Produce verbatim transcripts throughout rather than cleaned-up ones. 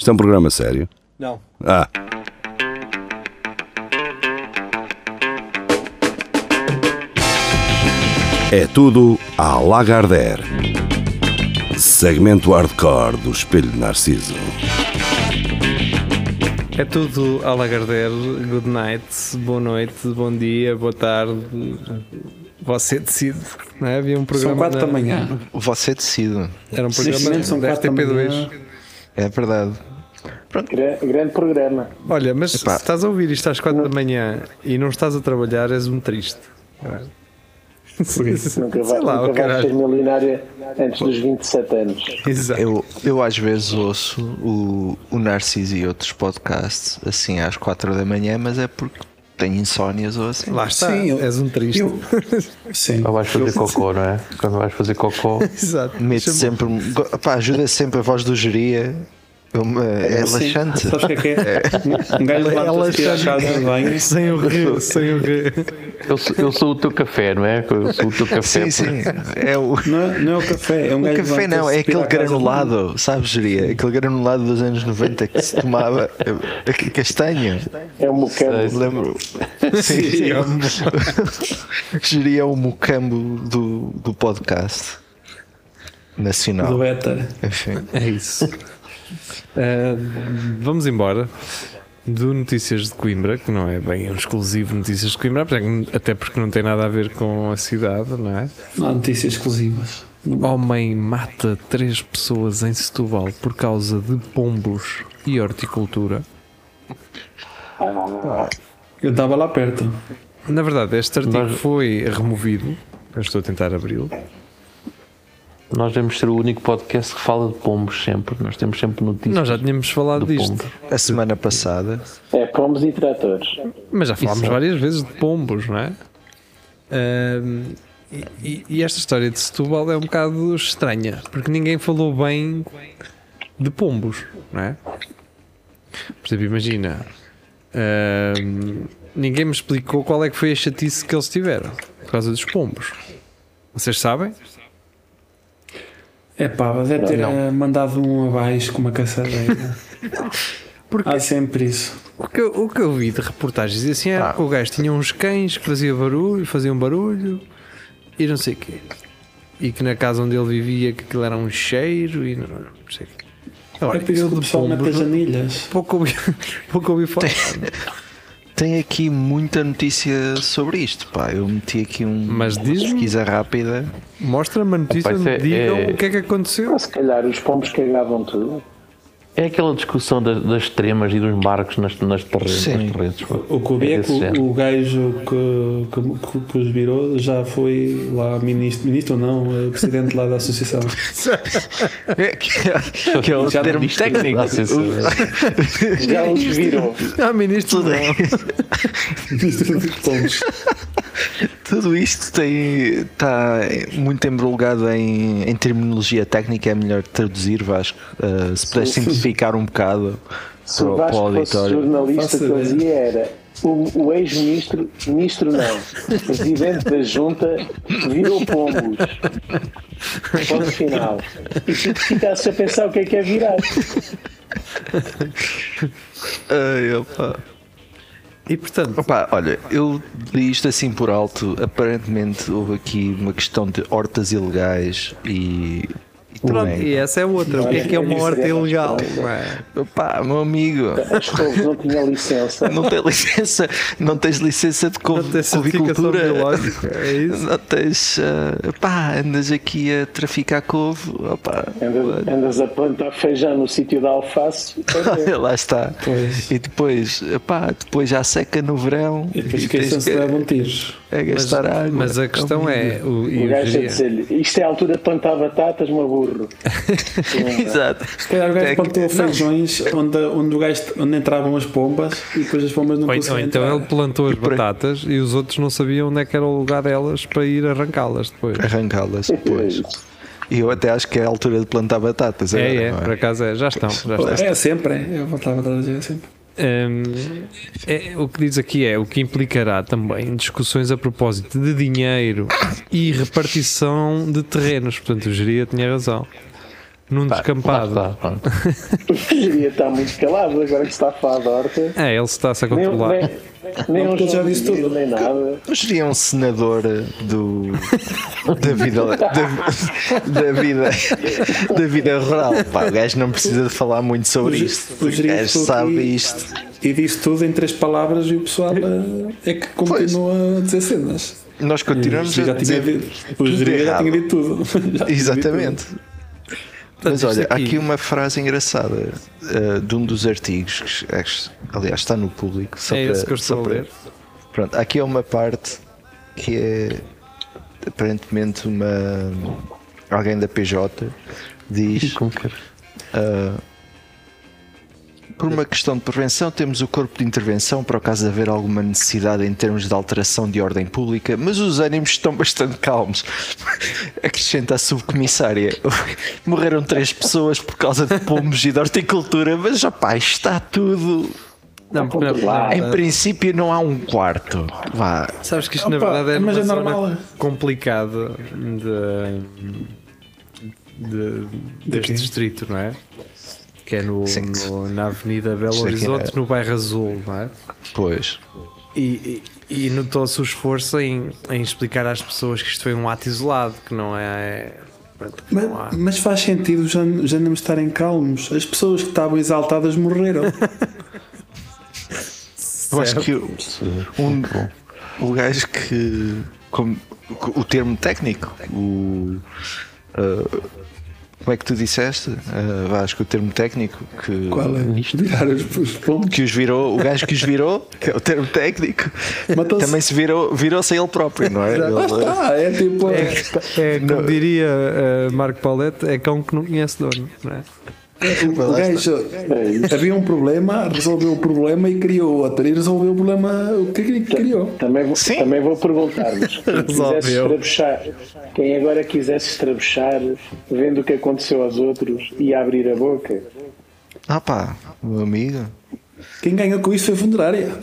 Isto é um programa sério? Não. Ah. É tudo à Lagardère. Segmento hardcore do Espelho de Narciso. É tudo à Lagardère. Good night, boa noite, bom dia, boa tarde. Você decide. Não é? Havia um programa. São quatro na... da manhã. Você decide. Era um programa são da R T P dois. É verdade. Grande, grande programa. Olha, mas Epá. se estás a ouvir isto às quatro da manhã e não estás a trabalhar, és um triste. Nunca vai, Sei lá, nunca o vai caralho. ser milionária antes dos vinte e sete anos. Exato. Eu, eu às vezes ouço o, o Narciso e outros podcasts assim às quatro da manhã, mas é porque tenho insónias ou assim. Lá está, Sim, eu- és um triste. Eu, sim. Ou vais fazer Eu- cocô, não é? Quando vais fazer cocô, Exato. Mete sempre, pá, ajuda sempre a voz do geria. Eu me- É Sim. relaxante. Sabes o que é que é? Um gajo levanta-se à casa de banho. Sem o rir, sem o rir. eu sou, eu sou o teu café, não é? Eu sou o teu café. Sim, sim. É o, Não é, não é o café, é um o gajo café não, é levanta-se, aquele tira a casa de banho. granulado, sabes, geria? Aquele granulado dos anos noventa que se tomava é, castanho. É um mocambo. Lembro. Sim, geria o mocambo do, do podcast nacional. Do éter. Enfim. É isso. Uh, vamos embora do Notícias de Coimbra, que não é bem um exclusivo Notícias de Coimbra, até porque não tem nada a ver com a cidade, não é? Não há notícias exclusivas. Homem mata três pessoas em Setúbal por causa de pombos e horticultura. Eu estava lá perto. Na verdade, este artigo Nós- foi removido. Eu estou a tentar abri-lo. Nós devemos ser o único podcast que fala de pombos sempre. Nós temos sempre notícias. Nós já tínhamos falado de disto, pombos. A semana passada. É pombos e tratores. mas já falámos Exato. várias vezes de pombos, não é? Ahm, e, e- e esta história de Setúbal é um bocado estranha, porque ninguém falou bem de pombos, não é? Por exemplo, imagina, ahm, ninguém me explicou qual é que foi a chatice que eles tiveram por causa dos pombos. Vocês sabem? É pá, mas deve ter Não. eh, mandado um abaixo com uma caçadeira. Porque Há sempre isso. o que, eu- o que eu vi de reportagens dizia assim era Ah. que o gajo tinha uns cães que faziam barulho, faziam barulho e não sei o quê. E que na casa onde ele vivia que aquilo era um cheiro e não, não sei o quê. Ora, É por isso eu que o de pessoal mete pombos as não- anilhas. pouco ouvi, pouco ouvi falar. Tem aqui muita notícia sobre isto, pá. Eu meti aqui um, Mas uma diz-me- pesquisa rápida. Mostra-me a notícia Epá, isso onde é- digam é- o que é que aconteceu. Se calhar os pombos cagavam tudo. É aquela discussão das, das extremas e dos marcos nas, nas, terrenos, Sim. nas terrenos. pá. O que eu vi é que desse género. o, o gajo que, que, que, que os virou já foi lá ministro, ministro ou não, eh, presidente lá da associação. que, que é o Já termo disse técnico. Ah, sim, sim. Já os virou. Ah, ministro, não. Ministro de Pombos. Tudo isto tem, está muito embrulhado em, em terminologia técnica. É melhor traduzir, Vasco. Uh, se puderes Sim. simplificar um bocado Se para, o o- para Vasco o fosse auditório. jornalista, Faça o que ele ideia. dizia era o, o ex-ministro, ministro não, presidente da junta virou pombos. Ponto final. E tu ficaste a pensar o que é que é virar. Ai, opa. E portanto, Opa, olha, eu li isto assim por alto. Aparentemente houve aqui uma questão de hortas ilegais e. e pronto, também- e essa é outra. O que é que é uma horta ilegal? não é? Opa, meu amigo, As couves não tinham licença. não tens licença, não tens licença de Não tem certificação couvicultura. biológica, é isso? Não tens. Uh, pá, andas aqui a traficar couve. Opa, Andas, andas a plantar feijão no sítio da alface. lá está. Pois. E depois, pá, depois já seca no verão. E depois e que tens se levam tiros. é Mas, gastar água. mas a questão é, o, e O o gajo a geria- dizer-lhe: isto é a altura de plantar batatas, meu burro. Exato. Se calhar o gajo É que- plantou feijões onde, onde, o gajo, onde entravam as pombas e depois as pombas não Ou, ou conseguiam então entrar. ele plantou as para- batatas e os outros não sabiam onde é que era o lugar delas para ir arrancá-las depois. Arrancá-las depois. E eu até acho que é a altura de plantar batatas. É, agora, é, não por acaso é, já estão. Já estão. É sempre, é. Eu voltava a dizer sempre. Hum, é, o que diz aqui é o que implicará também discussões a propósito de dinheiro e repartição de terrenos. Portanto, o geria tinha razão. num Tá, descampado. lá está, pronto. O Fugiria está muito calado agora que está a falar da horta. É, ele está-se a Nem, controlar. nem, nem Não, um porque já João disse Miguel, tudo. nem nada. Mas seria um senador do, da, vida, da, da, vida, da vida rural. Pá, o gajo não precisa de falar muito sobre O isto. ge- o O gerente gajo estou sabe aqui. isto. E disse tudo em três palavras e o pessoal eh, é que continua a dizer cenas. Nós continuamos Já a tinha dizer. dito, o gerente já tinha dito tudo. Já tinha dito Exatamente. Mas isto olha, há aqui- aqui uma frase engraçada uh, de um dos artigos, que, acho- aliás, está no público. Só É para, esse que eu só estou a para- ler. Pronto, aqui é uma parte que é aparentemente uma. Alguém da P J diz. Como que é? Uh, por uma questão de prevenção, temos o corpo de intervenção para o caso de haver alguma necessidade em termos de alteração de ordem pública, mas os ânimos estão bastante calmos. Acrescenta a subcomissária. Morreram três pessoas por causa de pombos e de horticultura, mas rapaz, está tudo. Não, porque na verdade- Em princípio, não há um quarto. Vá. Sabes que isto na Opa, verdade é mas uma é zona normal. complicada de, de- deste quê? distrito, não é? Que é no, Sim. no- na Avenida Belo Isto aqui Horizonte, é- no bairro Azul, não é? Pois. E, e, e notou-se o esforço em, em explicar às pessoas que isto foi um ato isolado, que não é. pronto, que Mas, não há- mas faz sentido já, já não estarem calmos. As pessoas que estavam exaltadas morreram. Eu acho que o- um, o gajo que. Como, o termo técnico, o. uh, como é que tu disseste? Uh, acho que o termo técnico que, Qual é? Virar os, os pombos. que os virou, o gajo que os virou, que é o termo técnico, Matou-se. também se virou, virou-se a ele próprio, não é? Lá Ele- está, é tipo. É, como diria uh, Marco Paulette, é cão que não conhece dono, não é? O gajo havia um problema, resolveu o problema e criou outro. E resolveu o problema o que que criou. Também vou, Sim. também vou perguntar-vos. Quem quisesse Resolveu. estrabuchar, quem agora quisesse estrabuchar, vendo o que aconteceu aos outros, e abrir a boca. Ah pá, meu amigo. Quem ganhou com isso foi a funerária.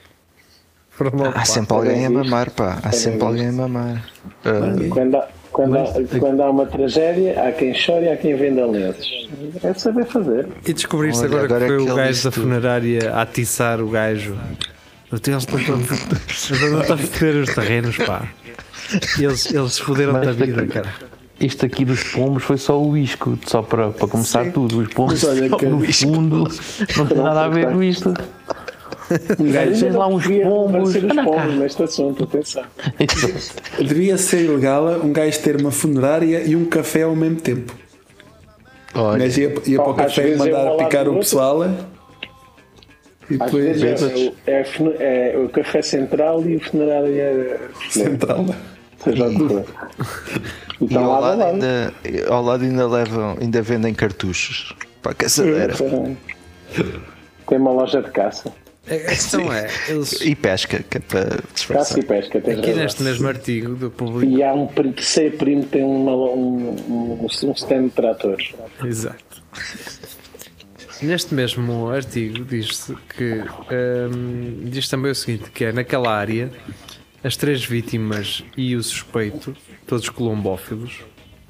Foram logo Há sempre alguém a bem mamar, pá. Há sempre alguém a mamar. Uh, Quando há, quando, há, quando há uma tragédia, há quem chore e há quem venda lenços. É saber fazer. E descobriste Olha, agora, agora que foi que o ele gajo disse da tudo. funerária a atiçar o gajo. Eles estão a foder os terrenos, pá. Eles, eles se foderam Mas da isto vida, aqui- cara. Isto aqui dos pombos foi só o isco, só para, para começar tudo. Os pombos, Mas olha que- no fundo, não tem nada a ver com isto. Um gajo Tens lá uns Devia pombos. aparecer os Anda cá. pombos neste assunto, atenção. devia ser ilegal um gajo ter uma funerária e um café ao mesmo tempo. O olha, gajo ia, ia para o Às café e vezes é um mandar ao lado picar do o outro. pessoal. E Às depois vezes é, o- é, a fune- é o café central e o funerário é central. seja o que for. e Então ao lá lado, do lado. ainda, ao lado ainda levam, ainda vendem cartuchos para a caçadeira. Tem uma loja de caça. A questão é, eles, E pesca, que é para Caça disfarçar. e pesca, tens aqui razão. neste mesmo artigo do público. E há um pri- terceiro primo que tem uma, um, um, um stand de tratores. Exato. Neste mesmo artigo diz-se que hum, diz também o seguinte, que é naquela área as três vítimas e o suspeito, todos colombófilos,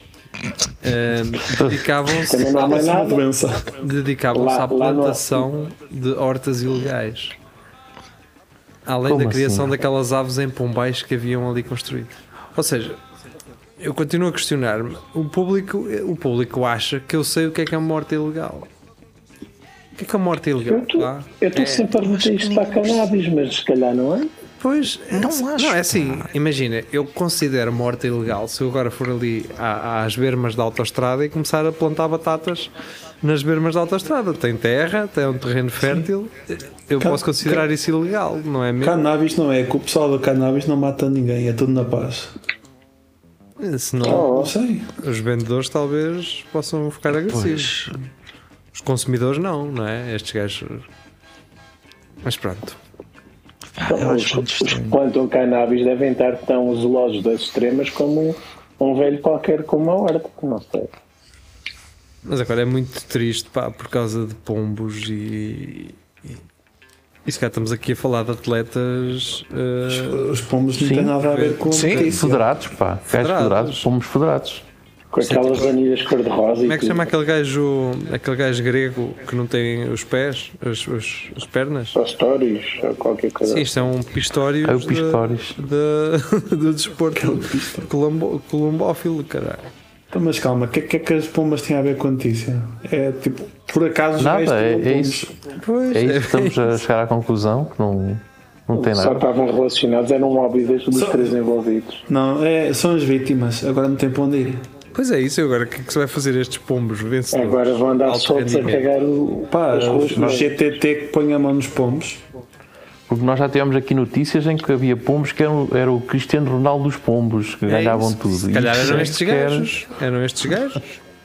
hum, dedicavam-se Também não há mais Uma nada. doença. dedicavam-se Lá- à lá no- plantação de hortas ilegais. Além Como da criação assim? daquelas aves em pombais que haviam ali construído. Ou seja, eu continuo a questionar-me. O público, o público acha que eu sei o que é que é uma horta ilegal. O que é que é uma horta ilegal? Ah, Eu estou é- sempre a remeter isto para a cannabis, mas se calhar não é. Pois, é, Não não, acho, é assim. Imagina, eu considero uma horta ilegal se eu agora for ali à- às bermas da autoestrada e começar a plantar batatas nas bermas da autoestrada. Tem terra, tem um terreno fértil. Eu Ca- posso considerar isso ilegal, não é mesmo? Cannabis não é, que o pessoal do cannabis não mata ninguém, é tudo na paz. Senão Não sei. os vendedores talvez possam ficar agressivos. Pois, Os consumidores não, não é? Estes gajos. Mas pronto. eu Os, acho muito os estranho. que plantam cannabis devem estar tão zelosos das extremas como um velho qualquer com uma horta. Não sei. Mas agora é muito triste, pá, por causa de pombos e. e... E se cá estamos aqui a falar de atletas. eh, Os pombos não Sim. têm nada a ver com Sim, notícia. Federados, pá. Gajos Federados. federados, pomos federados. Com aquelas anilhas cor-de-rosa. Como é que se chama aquele gajo, aquele gajo grego que não tem os pés, as, as, as pernas? Pastórios ou qualquer coisa. Sim, isto é um Pistórios, É o Pistórios. de, de, do desporto colombo, colombófilo, caralho. Então, mas calma, o que, que é que as pombas têm a ver com a notícia? É tipo, por acaso Nada, já é, estou é pombos. isso. Pois, É isso que estamos a chegar à conclusão, que não, não tem Só nada. estavam relacionados, era um hobby dos dos Só- três envolvidos. Não, é, são as vítimas, agora não tem para onde ir. Pois é isso, agora o que é que se vai fazer estes pombos vencedores? Agora vão andar Alto soltos a rendimento. cagar o, Pá, as ruas. o G T T que põe a mão nos pombos. Porque nós já tivemos aqui notícias em que havia pombos que eram, era o Cristiano Ronaldo dos pombos, que É ganhavam isso. tudo. Se E calhar isto eram é estes sequer- gajos. Eram estes gajos.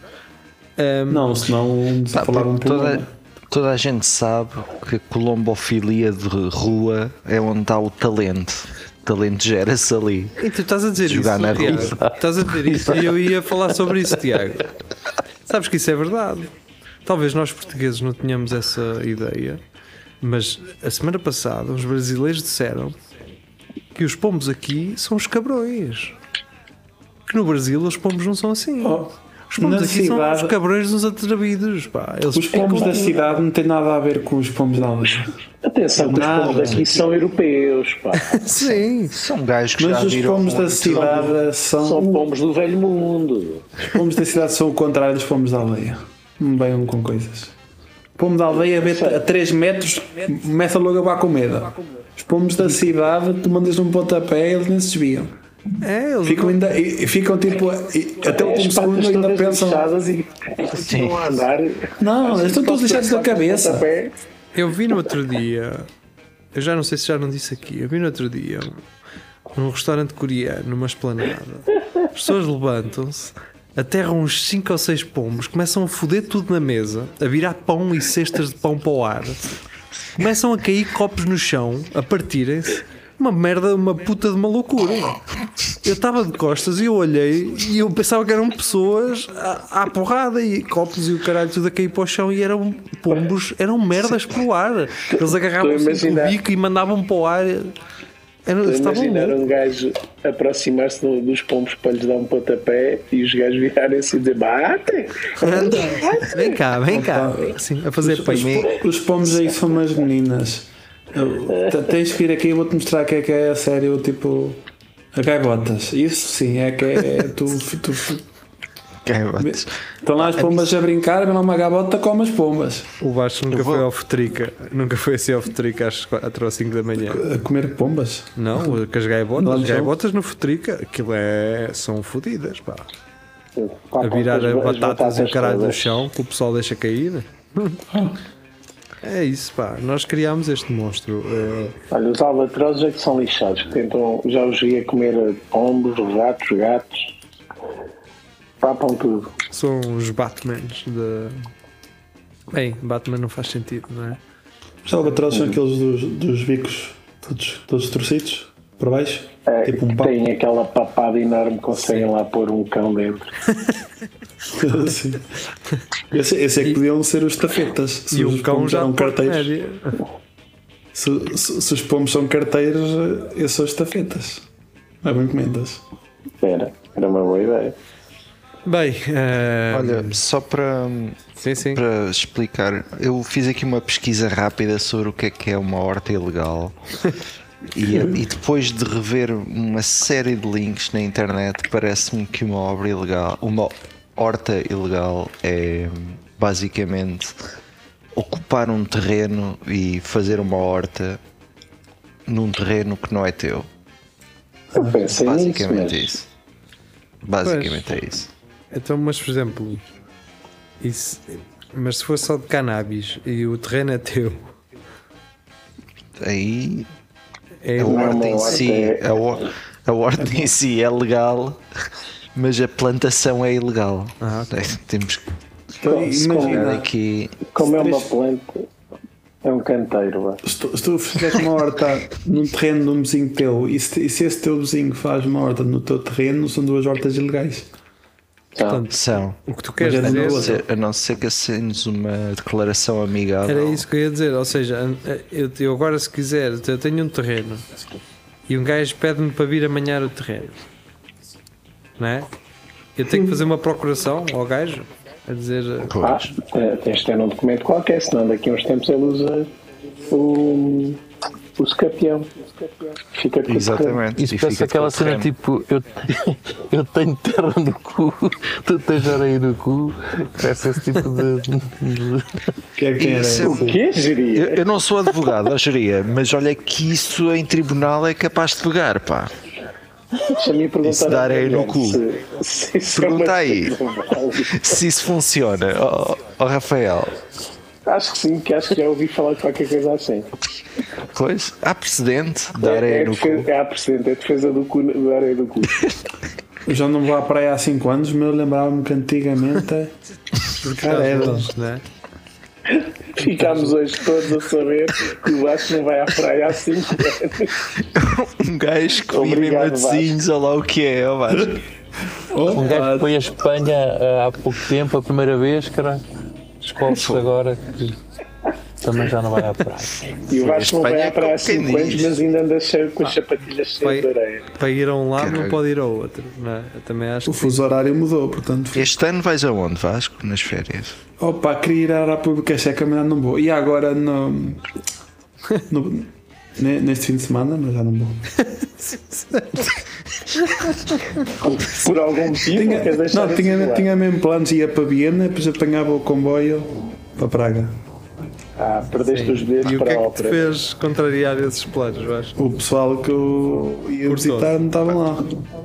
Ahm, Não, senão se Pá, falar um porque toda, problema. toda a gente sabe que a colombofilia de rua é onde está o talento. O talento gera-se ali. E tu estás a dizer Jogar isso, na Tiago. rua. Estás a dizer isso e eu ia falar sobre isso, Tiago. Sabes que isso é verdade. Talvez nós portugueses não tenhamos essa ideia, mas a semana passada os brasileiros disseram que os pombos aqui são os cabrões. Que no Brasil os pombos não são assim. Oh, Os pombos na aqui são cidade- os cabrões dos atrevidos. Pá. Eles Os pombos ficam- da cidade não têm nada a ver com os pombos da aldeia. Atenção, que os Nada. povos daqui são europeus, pá. Sim. São gajos que Mas já os viram. pombos da cidade São são. pombos do velho mundo. Os pombos da cidade são o contrário dos pombos da aldeia. Não venham com coisas. O pombo da aldeia vê a três metros, começa logo a levar com medo. Os pombos da cidade, tu mandas um pontapé e eles nem se desviam. É, eles Ficam, ainda, e- e ficam tipo. e- até o último As patas segundo ainda todas pensam. lixadas e continuam a andar. Não, eles estão todos lixados da cabeça. Pontapé. Eu vi no outro dia, eu já não sei se já não disse aqui, eu vi no outro dia num restaurante coreano, numa esplanada, as pessoas levantam-se, aterram uns cinco ou seis pombos, começam a foder tudo na mesa, a virar pão e cestas de pão para o ar, começam a cair copos no chão, a partirem-se. Uma merda, uma puta de uma loucura. Eu estava de costas e eu olhei e eu pensava que eram pessoas à, à porrada e copos e o caralho tudo a cair para o chão e eram pombos, eram merdas para o ar. Eles agarravam-se Estou a com o imaginar. bico e mandavam para o ar. Era, Estou a estavam imaginar loucos. um gajo aproximar-se do- dos pombos para lhes dar um pontapé e os gajos virarem-se e dizer bate! Vem cá, vem cá. Assim, a fazer Os, peito. po- os pombos aí são umas meninas. Eu- t- Tens que vir aqui e vou-te mostrar que é que é a sério, tipo. A gaivotas. Isso sim, é que é. Tu, tu, Gaivotas. estão lá as pombas a brincar, vem lá uma gaivota, come as pombas. O Vasco nunca Eu vou- foi ao Futrica. Nunca foi assim ao Futrica às quatro ou cinco da manhã. A comer pombas. Não, com as gaivotas. Não, As não. gaivotas no Futrica, aquilo é. São fodidas, pá. Pá, A virar as- as batatas e o caralho do todas. chão que o pessoal deixa cair. É isso, pá. Nós criámos este monstro. É, Olha, os albatrozes é que são lixados. que Tentam, já os vi a comer pombos, ratos, gatos. Papam tudo. são os Batmans de. Bem, Batman não faz sentido, não é? Os albatrozes são aqueles dos, dos bicos todos, todos torcidos para baixo. É, Tipo um que papo. tem aquela papada enorme que conseguem lá pôr um cão dentro. Sim. Esse, esse é que podiam ser os tafetas. Se E os um cão pombos já eram de porte carteiros. médio. Se, se, se os pombos são carteiros, esses são os tafetas. Não é bem comentas. Era, era uma boa ideia. Bem, eh, Olha, só para, sim, sim. para explicar, eu fiz aqui uma pesquisa rápida sobre o que é que é uma horta ilegal. E, e depois de rever uma série de links na internet, parece-me que uma obra ilegal, uma horta ilegal é basicamente ocupar um terreno e fazer uma horta num terreno que não é teu. Eu pensei nisso, Basicamente mas isso. Basicamente é isso. Então, mas por exemplo, isso, mas se for só de cannabis e o terreno é teu, Aí é a Não é horta uma em horta, si, é- a, hor- a horta em si é legal, mas a plantação é ilegal. Ah, ok. É, temos que Então, Como- olhar imagina, aqui. como é uma três- planta, é um canteiro. vá. se tu, se tu fizeres uma horta num terreno de um vizinho teu e se, e se esse teu vizinho faz uma horta no teu terreno, são duas hortas ilegais. Então, portanto, São. o que tu queres Mas é A na dizer não, outra. ser, a não ser que assines uma declaração amigável. era isso que eu ia dizer. Ou seja, eu, eu agora, se quiser, eu tenho um terreno e um gajo pede-me para vir amanhar o terreno, não é? Eu tenho que fazer uma procuração ao gajo a dizer. Ah, eh, tens de ter um documento qualquer, senão daqui a uns tempos ele usa o, o escapião. Fica tudo Exatamente. Isso E parece fica aquela todo cena terreno. tipo: eu, eu tenho terra no cu, tu tens areia no cu. Parece esse tipo de. de- Que é que era? Isso- O quê, Eu, geria? eu não sou advogado, ó, geria, mas olha que isso em tribunal é capaz de pegar, pá. Deixa-me perguntar. Isso dá ao areia no Daniel cu. se- se isso é Pergunta uma aí. coisa válida. Se isso funciona, ó ó, Rafael. Acho que sim, que acho que já ouvi falar de qualquer coisa assim. Pois, há precedente da É, areia é, a no defesa, cu. é a precedente, é a defesa do cu, da areia do cu. Eu já não vou à praia há cinco anos, mas eu lembrava-me que antigamente. Cara, era. Né? Ficámos hoje todos a saber que o Vasco não vai à praia há cinco anos. Um gajo que vive em Obrigado, Matosinhos, olha lá o que é, ó Vasco. Um gajo que foi a Espanha ah, há pouco tempo, a primeira vez, cara. Descobre-se agora que também já não vai à praia. E o Vasco não vai Espanha à praia há é como quem cinco anos, diz. mas ainda anda cheio com as sapatilhas Vai, cheias de areia. para ir a um lado não Caralho. pode ir ao outro. Não é? Eu também acho O que fuso horário mudou, portanto. Este ano vais aonde, Vasco? Nas férias? Opa, queria ir à República Checa, mas não vou. E agora no, no- ne- neste fim de semana, mas já não vou. Por algum motivo, Tinha, queres deixar não, isso tinha, de lado? tinha mesmo planos, ia para Viena, depois apanhava o comboio para Praga. Ah, perdeste os bilhetes E o que para é a que te ópera. fez contrariar esses planos, Vasco? O pessoal que eu ia Curtoso. visitar não estavam lá.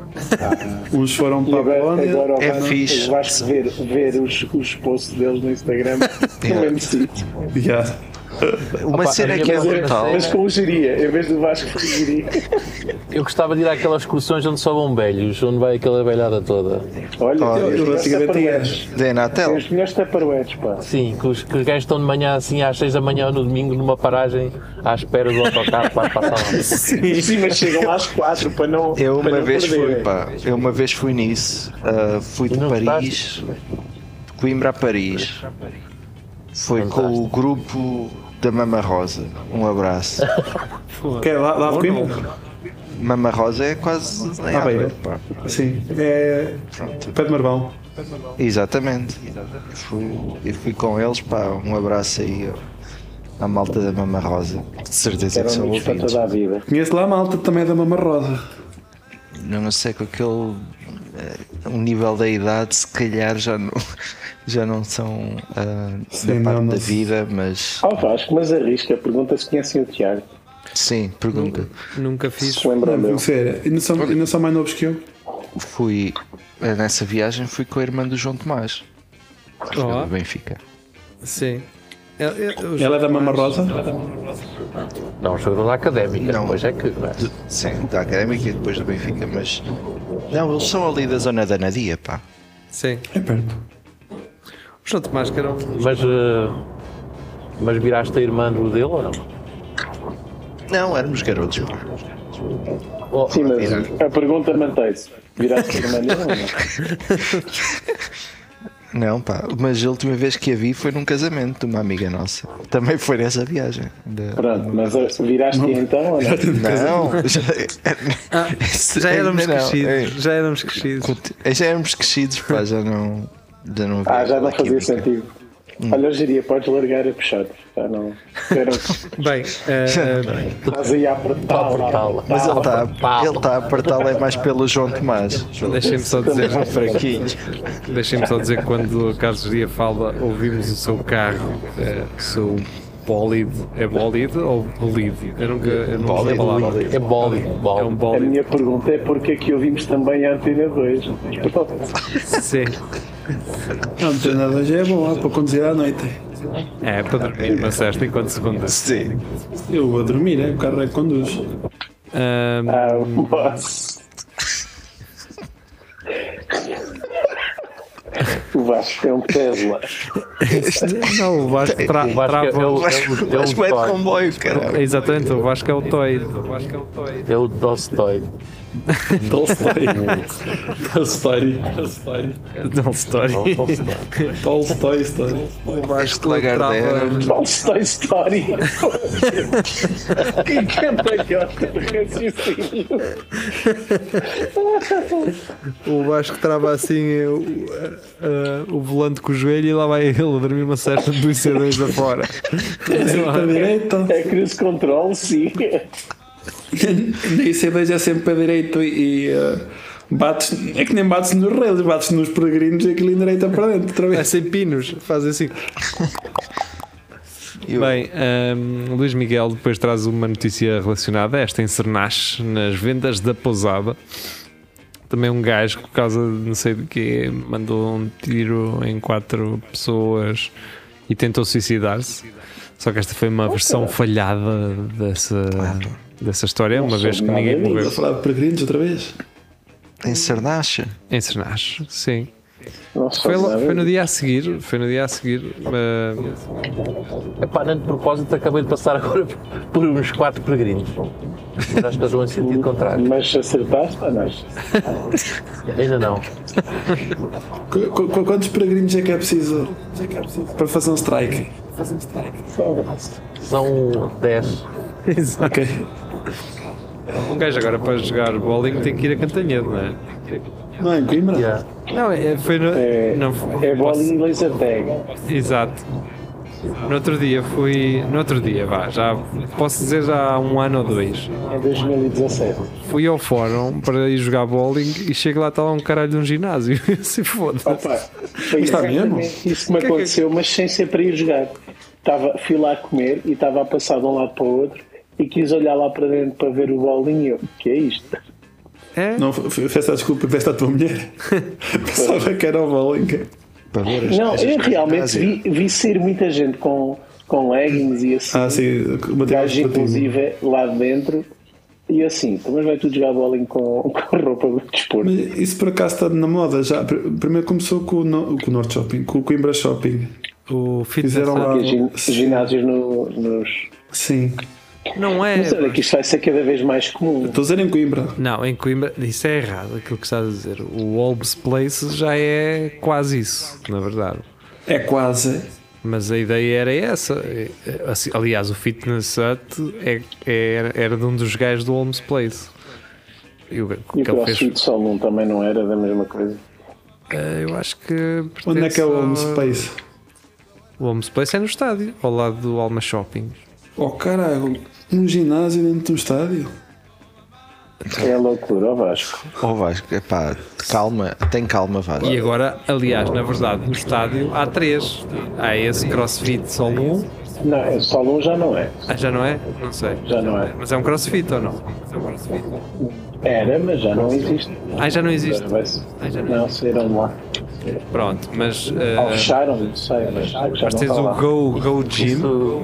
Uns foram E para a agora, Polónia. agora o É Vasco- fixe. o Vasco ver, ver os, os posts deles no Instagram no mesmo sítio. Já. Uma Opa, cena a que é minha brutal. Mas com o geria, em vez do Vasco foi geria. Eu gostava de ir àquelas excursões onde só vão velhos, onde vai aquela velhada toda. Olha, Olha, tem os eu melhores antigamente ia. tupperwares. Da Enatel. Tem os melhores tupperwares, pá. Sim, que os, que os gajos estão de manhã assim às seis da manhã no domingo numa paragem à espera do autocarro para passar lá. Sim, mas chegam lá às quatro para não. Eu para uma não vez fui, perderem. pá. Eu uma vez fui nisso. Ah, fui de não Paris, de Coimbra a Paris. Foi Não com o grupo da Mama Rosa. Um abraço. Que é lá, lá de Coimbra? Mama Rosa é quase em Ah, bem. Aveiro, pá. Sim. É. Pé de Marvão. Exatamente. Fui, eu fui com eles, pá. Um abraço aí ó, à malta da Mama Rosa. De certeza que Eram são amigos para ouvintes. toda a vida. Conheço lá a malta também da Mama Rosa. Eu não sei, com aquele eh, um nível da idade, se calhar já não, já não são ah, Sim, da parte não, não da se- vida, mas Ó Vasco, mas arrisca, pergunta se conhecem o Tiago. sim, pergunta. Nunca fiz. Se lembram Não, dele. sério. E não são, e não são mais novos que eu? Fui eh, nessa viagem fui com a irmã do João Tomás, que Ó. é do Benfica. Sim. Ela, ela- Ela é da Mama Rosa? Não, os jogadores da académica, Não. depois é que. não é? De- sim, da Académica e depois do Benfica, mas não, eles são ali da zona da Nadia, pá. Sim. É perto. O João Tomás que era um. Mas, eh, mas viraste a irmã do dele ou não? Não, éramos garotos, pá. Oh, Sim, mas a pergunta mantém-se. Viraste a irmã dele ou não? Não, pá, mas a última vez que a vi foi num casamento de uma amiga nossa. Também foi nessa viagem. Da- Pronto, mas a- viraste então ou não? Não, já, Ah, já éramos Ainda não, crescidos. é. Já éramos crescidos. já éramos crescidos, pá, já não. Já não Ah, havia já não aquela fazia química. sentido. Olha, hoje diria, podes largar a puxar. Já não. Era- Bem, eh, Estás aí a apertar. apertá-la. Mas ele está ele tá a apertá-lo é mais pelo João Tomás. deixem-me só dizer. Um fraquinho. Deixem-me só dizer que quando o Carlos Dia fala, ouvimos o seu carro, eh, o seu bólido. É bólido ou bolide? Eu nunca. Eu não sei a palavra. É bólido, É um bólido. A bólido. minha pergunta é porque é que ouvimos também a Antena dois. Sim. Não, não tem nada, já é bom, é para conduzir à noite. É para dormir uma cesta enquanto segunda. Sim. Eu vou dormir, é, o carro é que conduz. Ahm, Ah, nossa. O Vasco é um Tesla. Não, o Vasco, tra O Vasco é, trava. é o, é o, é Vasco é de o Toy. comboio, caralho. Exatamente, o Vasco é o Toy. O Vasco é o Toy. É o Tolstói. Tolstói. Tolstói. Tolstói. Tolstói. Tolstói. Tolstói. O Vasco Lagardère. trava. Tolstói Story. Que cambalhota de raciocínio. O Vasco trava assim o, uh, uh, o volante com o joelho e lá vai ele a dormir uma cesta de dois C Ds afora. Para a direita. É cruise control, sim. Nem C dois é sempre para a direita e uh, bates. É que nem bates nos rails, bates nos peregrinos e aquilo endireita para dentro outra É vez. sem pinos, faz assim. Eu- Bem, um, Luís Miguel depois traz uma notícia relacionada a esta encernache nas vendas da pousada. Também um gajo, por causa de não sei de quê, mandou um tiro em quatro pessoas e tentou suicidar-se. Só que esta foi uma versão falhada dessa, dessa história, uma Não vez que soube ninguém nada disso. morreu. A falar de peregrinos outra vez. Em Cernacha? Em Cernache, sim. Não sei Foi, lá- nada foi no disso. dia a seguir, foi no dia a seguir. uh, Epá, nem de propósito, acabei de passar agora por uns quatro peregrinos. Mas acho que eles vão em sentido contrário. Mas acertaste ou não? Ainda não. Qu- qu- Quantos peregrinos é que é preciso para fazer um strike? São dez. Ok. um gajo agora para jogar bowling tem que ir a Cantanhedo, não é? Não é em Coimbra? Yeah. Não, é, foi no. É, não, é posso- bola em laser tag. Exato. No outro dia fui. No outro dia, vá, já posso dizer já há um ano ou dois. Em dois mil e dezassete. Fui ao fórum para ir jogar bowling e chego lá, estava um caralho de um ginásio. Se foda-se. Opa, foi Está exatamente mesmo? isso que me aconteceu, mas sem ser para ir jogar. Estava, fui lá comer e estava a passar de um lado para o outro e quis olhar lá para dentro para ver o bowling e eu, o que é isto? É? Não, festa desculpa, festa a tua mulher. Pensava que era o bowling. Para ver as Não, as- eu as- realmente as- vi, vi sair muita gente com, com leggings e assim, Ah, sim, uma gajo inclusive lá dentro, e assim, então, mas vai tudo jogar bowling com, com roupa de desporto. Mas isso por acaso está na moda já. Pr- Primeiro começou com o, no, com o Norte Shopping, com o Coimbra Shopping. O fitness Fizeram lá. Porque gin- ginásios no- nos. Sim. não é. Mas olha que isto vai ser cada vez mais comum. Estou a dizer em Coimbra. Não, em Coimbra, isso é errado, aquilo que estás a dizer. O Wolves Place já é quase isso, na verdade. É quase. Mas a ideia era essa. É, é, assim, aliás, o Fitness Hut é, é- era, era de um dos gajos do Holmes Place. E o, E o que ele fez, CrossFit Salon também não era da mesma coisa. eh, eu acho que. Onde é que é o Home pertence ao- Space? O Holmes Place é no estádio, ao lado do Alma Shopping. Oh caralho, um ginásio dentro de um estádio. É loucura, ó Vasco. Oh Vasco, epá, calma, tem calma, Vasco. E agora, aliás, na verdade, no estádio há três. Há esse CrossFit Salon. Não, é Salon já não é. Ah, já não é? Não sei. Já não é. Mas é um CrossFit ou não? É um CrossFit. Era, mas já não existe. Ah, já não existe. Agora vai-se- Ah, já não Não, saíram de lá. Pronto, mas. eh, Ou fecharam, não sei, mas já mas não tens está o lá. Go, Go Gym. Isso-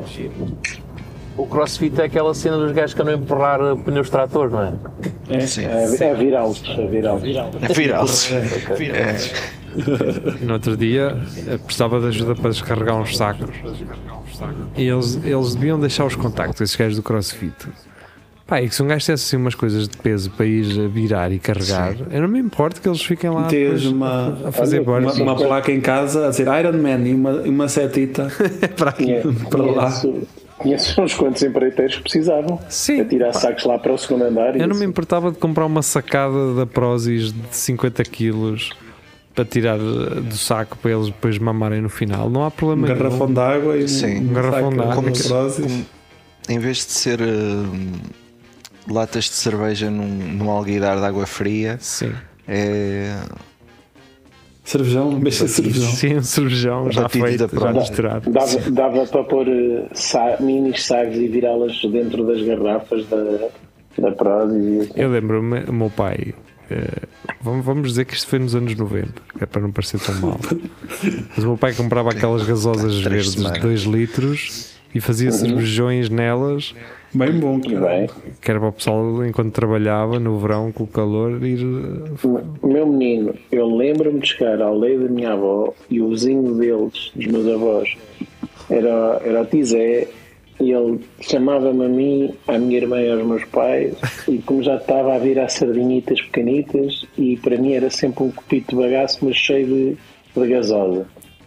O CrossFit é aquela cena dos gajos que andam a empurrar uh, pneus de trator, não é? É, Sim. é, é virá-los, é virá-los. É viral-se. É. No outro dia eh, precisava de ajuda para descarregar uns sacos. E eles, eles deviam deixar os contactos, esses gajos do CrossFit. Pá, e que se um gajo tivesse assim umas coisas de peso para ir a virar e carregar, eu não me importo que eles fiquem lá Tens depois uma, a fazer Olha, uma, burpees. uma placa em casa a dizer Iron Man e uma, e uma setita para aqui. Tinha, para lá. conheço, conheço uns quantos empreiteiros que precisavam. Sim, A tirar pá. sacos lá para o segundo andar. e Eu não me assim. importava de comprar uma sacada da Prozis de cinquenta quilos para tirar eh, do saco para eles depois mamarem no final. Não há um problema nenhum. garrafão de água e Sim. um Um garrafão saco de água. com Como se- Prozis. como- em vez de ser hum, latas de cerveja num, num alguidar de água fria, Sim. é Cervejão, um beijo de cervejão. Sim, um cervejão já Batido feito, da já Prozis. misturado. Dava, dava para pôr eh, sa- minis sagres e virá-las dentro das garrafas da, da Prozis e assim. Eu lembro-me, o meu pai, eh, vamos, vamos dizer que isto foi nos anos noventa, que é para não parecer tão mal. Mas o meu pai comprava aquelas gasosas Três verdes de semanas. dois litros e fazia cervejões nelas, Bem bom, E cara. bem, que era para o pessoal, enquanto trabalhava no verão com o calor, ir. meu menino, eu lembro-me de chegar à aldeia da minha avó e o vizinho deles, dos meus avós, era, era o Tizé, e ele chamava-me a mim, à minha irmã e aos meus pais, e como já estava a virar sardinhitas pequenitas, e para mim era sempre um copito de bagaço, mas cheio de, de gasosa.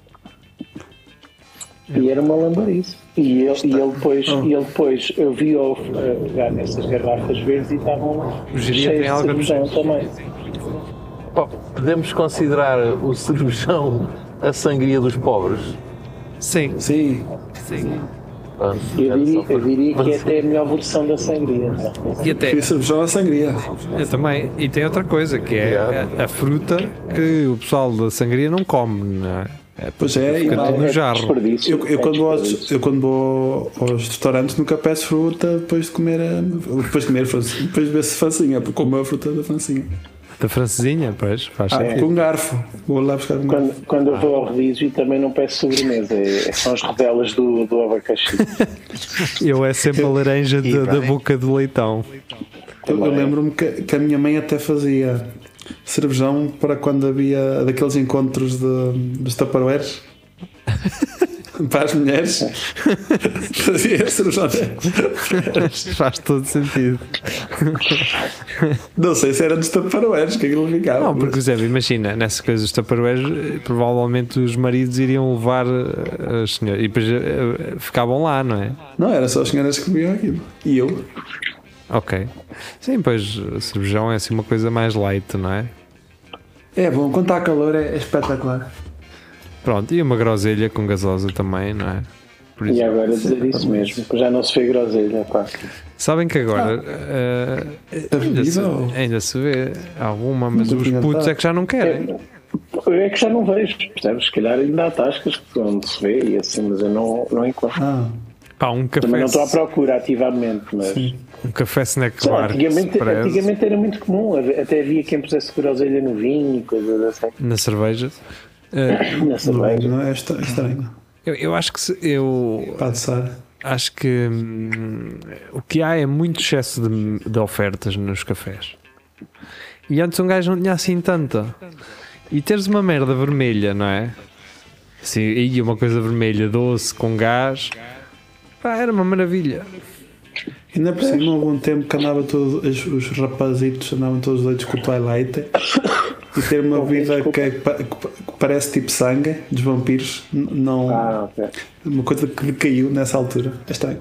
E era uma lambarice. E ele, e ele depois, e ele depois eu vi-o a pegar nessas garrafas verdes e estavam O geria cheias tem de algo cervejão também. Pá, podemos considerar o cervejão a sangria dos pobres? Sim, Sim. sim. Pronto, Eu era diria, só para- eu diria que é até a melhor versão da sangria. E até, Queria cervejão à sangria. eu também. E tem outra coisa, que é a, a fruta que o pessoal da sangria não come, não é? É, Pois é, e fica mal- tudo no É jarro. desperdício. Eu, eu, É quando vou aos, desperdício. eu quando vou aos restaurantes nunca peço fruta depois de comer a, depois de comer francinha, depois de ver se francinha, porque como a fruta da francinha. Da francesinha, pois, faz Ah, sentido. com um garfo. Vou lá buscar um garfo. Quando, quando eu vou ao rodízio também não peço sobremesa, é, são as rodelas do, do abacaxi. Eu é sempre a laranja da, da boca do leitão. Eu, eu lembro-me que, que a minha mãe até fazia cervejão para quando havia daqueles encontros de, dos tupperwares para as mulheres. Fazia cervejão. Faz todo sentido. Não sei se era dos tupperwares que aquilo ficava. Não, porque, por mas- exemplo, imagina, nessas coisas dos tupperwares, eh, provavelmente os maridos iriam levar eh, as senhoras e depois eh, eh, ficavam lá, não é? não, era só as senhoras que comiam aquilo. E eu. Ok. Sim, pois a cervejão é assim uma coisa mais light, não é? É bom, quando está calor é, é espetacular. Pronto, e uma groselha com gasosa também, não é? Por E isso. agora dizer isso mesmo, já não se vê groselha, pá. Sabem que agora eh, ainda, se, viva ou- ainda se vê alguma, mas Muito os obrigado. putos é que já não querem. Eu é que já não vejo, percebes? Se calhar ainda há tascas onde se vê e assim, mas eu não, não encontro. Ah, Pá, um Também café, não estou à procura ativamente, mas um café snack sei lá, bar antigamente, express antigamente era muito comum, até havia quem pusesse groselha no vinho e coisas assim, na cerveja. Eh, na cerveja. não é estra- estranho. eu, eu acho que se, eu Para adoçar. acho que hum, o que há é muito excesso de, de ofertas nos cafés. E antes um gajo não tinha assim tanta. E teres uma merda vermelha, não é? Assim, e uma coisa vermelha, doce, com gás, pá, era uma maravilha. Ainda por cima, houve um tempo que andava todos, os, os rapazitos andavam todos doidos com o Twilight e ter uma bebida que, é- que pa- que parece tipo sangue dos vampiros, n- não, Ah, ok. uma coisa que decaiu nessa altura. É estranho.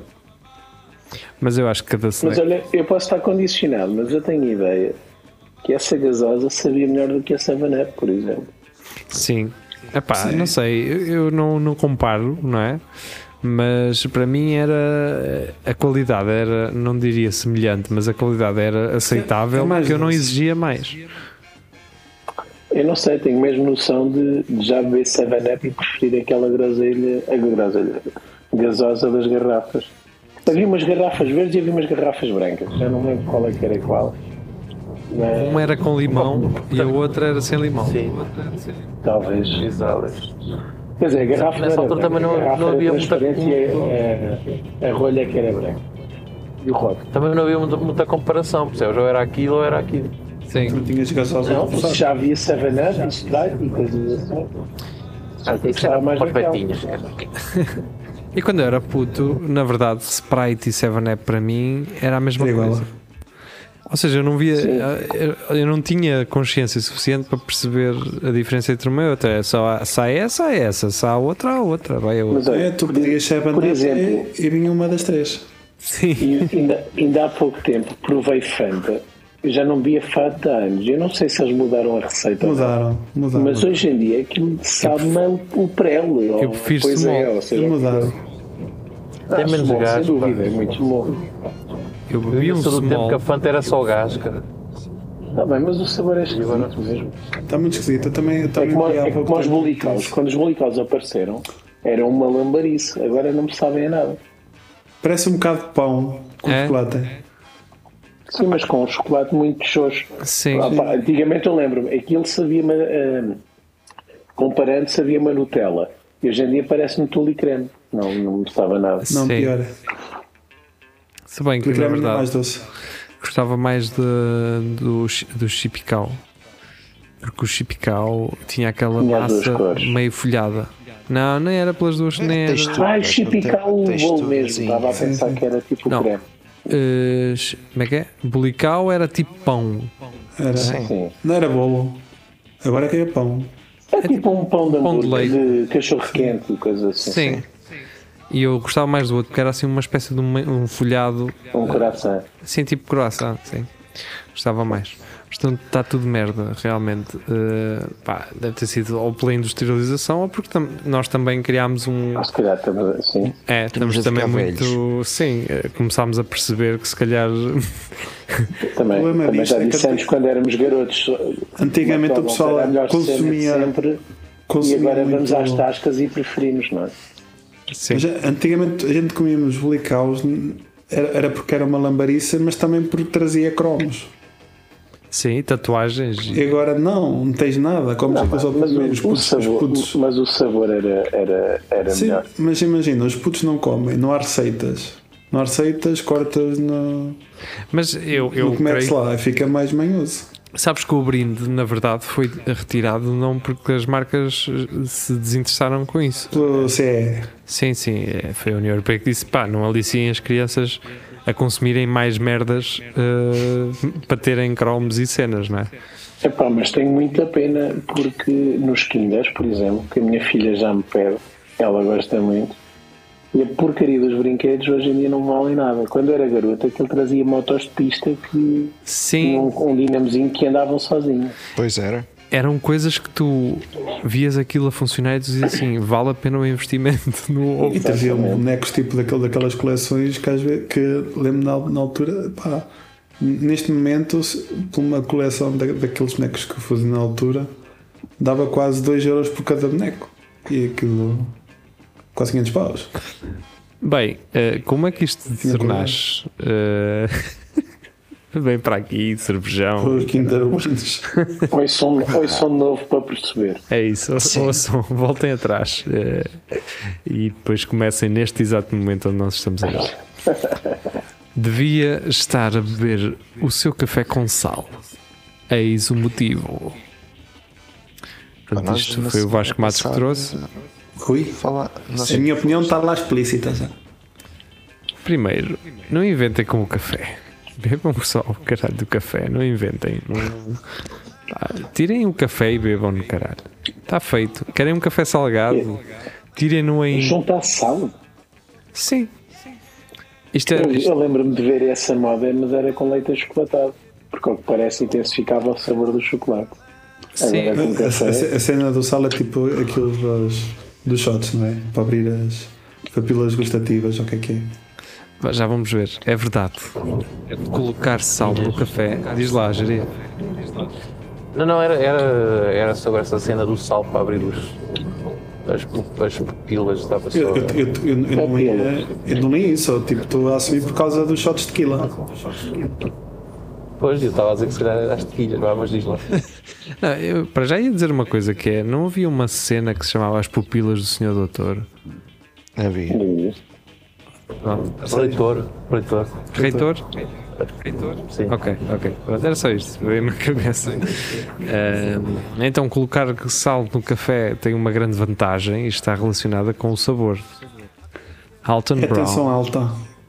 Mas eu acho que cada Mas snack. olha, eu posso estar condicionado, mas eu tenho a ideia que essa gasosa sabia melhor do que a seven up, por exemplo. Sim. Epá, não sei, eu, eu não, não comparo, não é? Mas para mim era a qualidade era, não diria semelhante, mas a qualidade era aceitável, É- é mais porque eu não doce. exigia mais. Eu não sei, tenho mesmo noção de, de já beber seven up e preferir aquela groselha, a groselha gasosa das garrafas. Havia umas garrafas verdes e havia umas garrafas brancas, já não lembro qual é que era qual. Mas, Uma era com limão e a outra era sem limão. Sim, talvez. exato. Quer dizer, a garrafa Nessa era altura branca, também não- a garrafa não era havia muita- transparente e a, a, a rolha que era branca. E o rótulo. Também não havia muita, muita comparação, percebes? Ou era aquilo ou era aquilo. Sim. Tu tinhas gasosa Não, reforçada. já havia seven up e Sprite e coisas assim. Só que eu Isso era gostava mais daquela. prospectinhas. E quando eu era puto, na verdade, Sprite e seven up para mim era a mesma É igual. coisa. Ou seja, eu não via, Sim. eu, eu não tinha consciência suficiente para perceber a diferença entre uma e outra. É só há- se há essa, há essa, se há outra, há outra. Vai a outra. Mas olha, É, tu pedias seven por up exemplo- e, e vinha uma das três. Sim. E ainda, ainda há pouco tempo provei Fanta. Eu já não via Fanta há anos. Eu não sei se eles mudaram a receita. ou não. Mudaram, mudaram. Mas hoje em dia aquilo sabe-me o prelo. eu ou prefiro coisa é, small. ou seja, mudaram. Tem menos small, gás, sem dúvida, pá. é muito bom. Eu bebi um Sou do tempo small. que a Fanta era só gás, cara. Está bem, mas o sabor é esquisito mesmo. Está muito esquisito. Eu também, eu É também como, vi há é pouco como os tempo bolicaus. isso. Quando os bolicaus apareceram, era uma lambarice. Agora não me sabem a nada. Parece um bocado de pão com É? chocolate. Sim, mas com um chocolate muito xoxo. Sim. Ah, pá, antigamente eu lembro-me, aquilo sabia, uh, comparando, sabia uma Nutella. E hoje em dia parece-me tule e creme. Não, não me gostava nada. Não, Sim. pior. Se bem que, Porque na é muito verdade, mais doce. gostava mais de, do, chi- do chipicau. Porque o chipicau tinha aquela Tinha as duas massa cores. meio folhada. Não, nem era pelas duas, nem era. textura. Ah, o chipical Não tem o bolo textura, mesmo. sim. Estava a Sim, pensar sim. que era tipo Não. creme. Eh, como é que é? Bulicau era tipo pão. Era. Sim. Não era bolo. Agora é que é pão. É tipo um pão de pão de hambúrguer, de cachorro quente e coisas assim. Sim. E eu gostava mais do outro, porque era assim uma espécie de um, um folhado, Um coração. assim tipo croissant, sim. Gostava mais. Portanto, está tudo merda, realmente. Eh, pá, deve ter sido ou pela industrialização ou porque tam- nós também criámos um. Ah, se calhar também assim. É, estamos a também ficar muito. Sim, eh, começámos a perceber que se calhar. Também, O problema também disto já é que dissemos quando éramos garotos. Antigamente o McDonald's pessoal era a melhor cena de consumia. sempre, e consumia agora vamos muito- às tascas e preferimos, não é? Sim. Mas antigamente a gente comíamos bolicaus, era, era porque era uma lambariça, mas também porque trazia cromos. Sim, tatuagens. E agora não, não tens nada. Comes Não, aquilo só mas, para o, os o putos, os sabor, putos. mas o sabor era, era, era Sim, melhor. mas imagina, os putos não comem, não há receitas. Não há receitas, cortas no, Mas eu, eu no começo creio. lá, fica mais manhoso. Sabes que o brinde, na verdade, foi retirado não porque as marcas eh, se desinteressaram com isso. Pelo C E. Sim, sim, é, foi a União Europeia que disse: pá, não aliciem as crianças a consumirem mais merdas eh, para terem cromos e cenas, não é? Epá, mas tenho muita pena porque nos Kinders, por exemplo, que a minha filha já me pede, ela gosta muito, e a porcaria dos brinquedos hoje em dia não valem nada. Quando eu era garota, aquilo trazia motos de pista que Sim, tinham um, um dinamozinho que andavam sozinhos. Pois era. eram coisas que tu vias aquilo a funcionar e dizias assim: vale a pena o investimento no. E trazia bonecos tipo daquele, daquelas coleções que às vezes que lembro na, na altura, pá, neste momento, se- por uma coleção da, daqueles bonecos que eu fazia na altura, dava quase dois euros por cada boneco. E aquilo, quase quinhentos paus. Bem, eh, como é que isto te Tinha tornaste? Eh, Vem para aqui, cervejão. Os Kinder Bundes. Oi, som, oi, som novo para perceber. É isso, ouçam, voltem atrás eh, e depois comecem neste exato momento onde nós estamos agora. Devia estar a beber o seu café com sal. Eis o motivo. Portanto, Nós, isto na foi o semana Vasco Matos que passada, trouxe. Rui, Fala, nós- a minha opinião está lá explícita. Já. Primeiro, não inventem com o café. Bebam só o caralho do café, não inventem. Não- Pá, tirem o café e bebam no caralho. Está feito. Querem um café salgado? Tirem-no em. Juntar sal. Sim. Isto é. Eu, isto- eu lembro-me de ver essa moda, mas era com leite achocolatado. Porque, ao que parece, intensificava o sabor do chocolate. Sim. Agora com A, a- café. a cena do sal é tipo aquilo dos, dos shots, não é? Para abrir as papilas gustativas, ou o que é que é? Já vamos ver. É verdade. Colocar sal no café. Diz lá, Jeria. Não, não, era, era, era sobre essa cena do sal para abrir os, as, pu- as pupilas. Estava só. Eu, eu, eu, eu, eu, não ia, eu não li isso, eu, tipo, estou a assumir por causa dos shots de tequila. Pois, eu estava a dizer que se calhar era as tequilhas, vá, mas diz lá. Não, eu para já ia dizer uma coisa que é: não havia uma cena que se chamava As Pupilas do senhor Doutor? Havia. Não. Leitor, leitor. Reitor? Sim. Ok, ok. Pronto, era só isto. Veio-me na cabeça. Ahm, então, colocar sal no café tem uma grande vantagem e está relacionada com o sabor. Alton Atenção Brown. alta.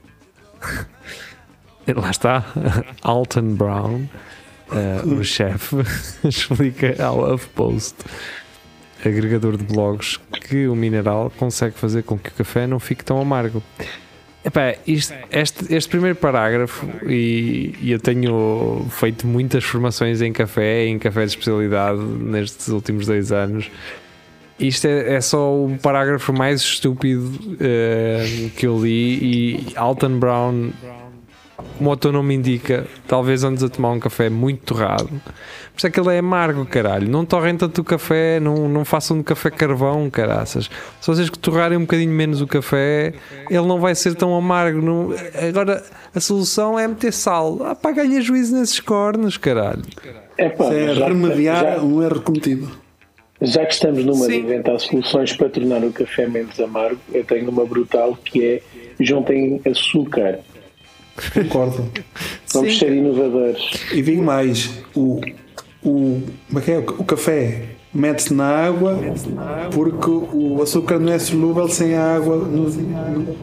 Lá está. Alton Brown, ah, o chefe, explica ao HuffPost, agregador de blogs, que o mineral consegue fazer com que o café não fique tão amargo. Epá, isto- este, este primeiro parágrafo, e, e eu tenho feito muitas formações em café, em café de especialidade nestes últimos dois anos. Isto é, é só o parágrafo mais estúpido eh, que eu li. E Alton Brown, como o teu nome indica, talvez antes a tomar um café muito torrado. Por isso é que ele é amargo, caralho. Não torrem tanto o café, não, não façam de café carvão, caraças. Se vocês que torrarem um bocadinho menos o café, ele não vai ser tão amargo. Não... Agora, a solução é meter sal. Ah, pá, ganha juízo nesses cornos, caralho. É pá, É já, remediar já, um erro cometido. Já que estamos numa de Sim. inventar soluções para tornar o café menos amargo, eu tenho uma brutal que é juntem açúcar. Concordo. Vamos Sim. ser inovadores. E digo mais, o, o, como é que é? O café mete-se na água porque o açúcar não é solúvel sem a água no, no,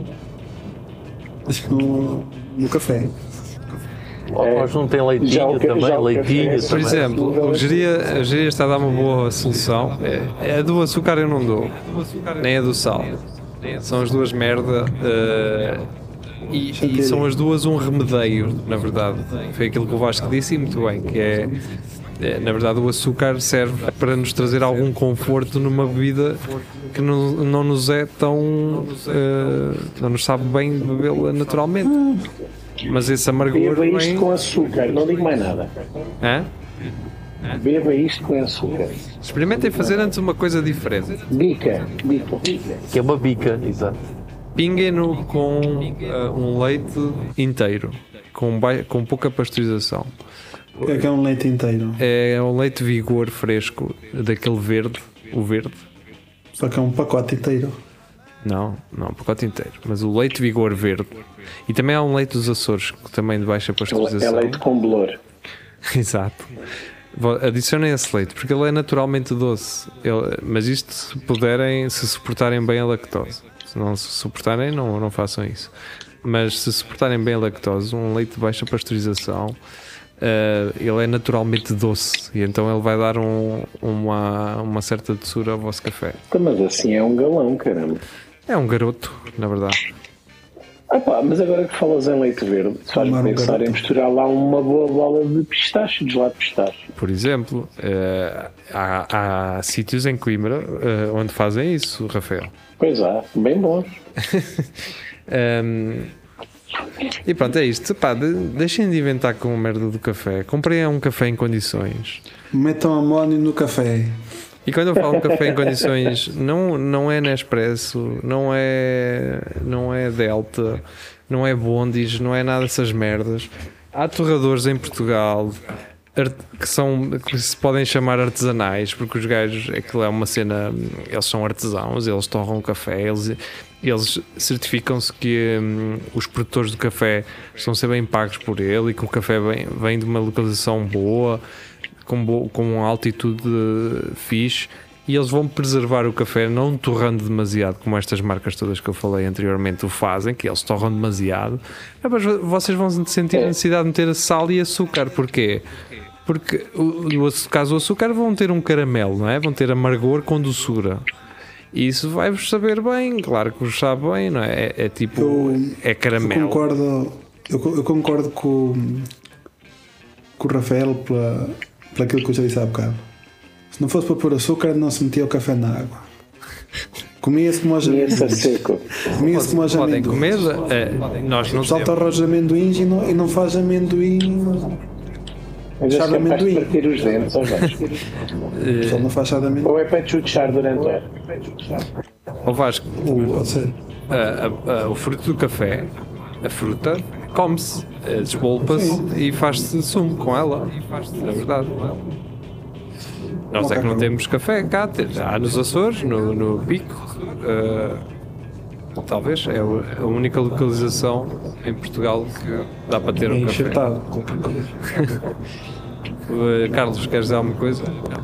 no, no café. Ou juntem já leitinho o ca- também, já o leitinho café- Por também. exemplo, o geria, a geria está a dar uma boa solução. É, a do açúcar eu não dou, nem a do sal. São as duas merda. eh, e, e são as duas um remedeio, na verdade. Foi aquilo que o Vasco disse e muito bem, que é, é, na verdade, o açúcar serve para nos trazer algum conforto numa bebida que não, não nos é tão. eh, não nos sabe bem bebê-la naturalmente. Mas esse amargor Beba isto vem. com açúcar, não digo mais nada. Hã? Beba isto com açúcar. Experimentem fazer antes uma coisa diferente. Bica, bica. Que é uma bica, exato. Pinguem-no com ah, um leite inteiro, com, bai- com pouca pasteurização. O que é que é um leite inteiro? É um leite vigor fresco, daquele verde, o verde. Só que é um pacote inteiro. Não, não, um pacote inteiro. Mas o leite vigor verde. E também há um leite dos Açores, que também de baixa É pasteurização. leite com bolor. Exato. Vo- Adicionem esse leite, porque ele é naturalmente doce. Ele- mas isto se puderem, se suportarem bem a lactose. Se não se suportarem, não, não façam isso. Mas se suportarem bem a lactose, um leite de baixa pasteurização, eh, ele é naturalmente doce. E então ele vai dar um- uma, uma certa doçura ao vosso café. Então, mas assim é um galão, caramba. É um garoto, na verdade. Ah pá, mas agora que falas em leite verde, faz-me Tomar um pensar garoto. em misturar lá uma boa bola de pistache, de gelado de pistache. Por exemplo, eh, há, há sítios em Coimbra eh, onde fazem isso, Rafael. Pois há, bem bons. Um, e pronto, é isto. Pá, de- deixem de inventar com a merda do café. Comprem um café em condições. Metam amónio no café. E quando eu falo um café em condições, não, não é Nespresso, não é, não é Delta, não é Bondis, não é nada dessas merdas. Há torradores em Portugal art- que, são, que se podem chamar artesanais, porque os gajos, aquilo é uma cena, eles são artesãos, eles torram o café, eles, eles certificam-se que hum, os produtores do café estão a ser bem pagos por ele e que o café vem, vem de uma localização boa, com, bo com uma altitude fixe, e eles vão preservar o café não torrando demasiado, como estas marcas todas que eu falei anteriormente o fazem, que eles torram demasiado. Mas vocês vão sentir a necessidade de meter sal e açúcar. Porquê? Porque o, no caso do açúcar vão ter um caramelo, não é? Vão ter amargor com doçura. E isso vai-vos saber bem, claro que vos sabe bem, não é? É, é tipo, Eu- é Eu caramelo. concordo, eu, co- eu concordo com, com o Rafael pela, pela aquilo que eu já disse há bocado. Se não fosse para pôr açúcar, não se metia o café na água. Comia-se como aos Conheço a amendoins. seco. Comia-se como aos Podem amendoins. comer, é, nós não Salta temos. arroz de amendoins e não, e não faz amendoim. Mas és Chá de capaz de amendoim. partir os dentes, ou vais? O pessoal não faz chá de amendoim. Ou é para chuchar durante a hora? Ó Vasco, o, Pode ser. a- a- a- o fruto do café, a fruta, come-se, eh, desbolpa-se e faz-se sumo com ela. É verdade. Nós é que não temos café cá, te- há nos Açores, no, no Pico. eh, talvez é o- a única localização em Portugal que dá para ter um café. Enxertado. Eh, Carlos, queres dizer alguma coisa?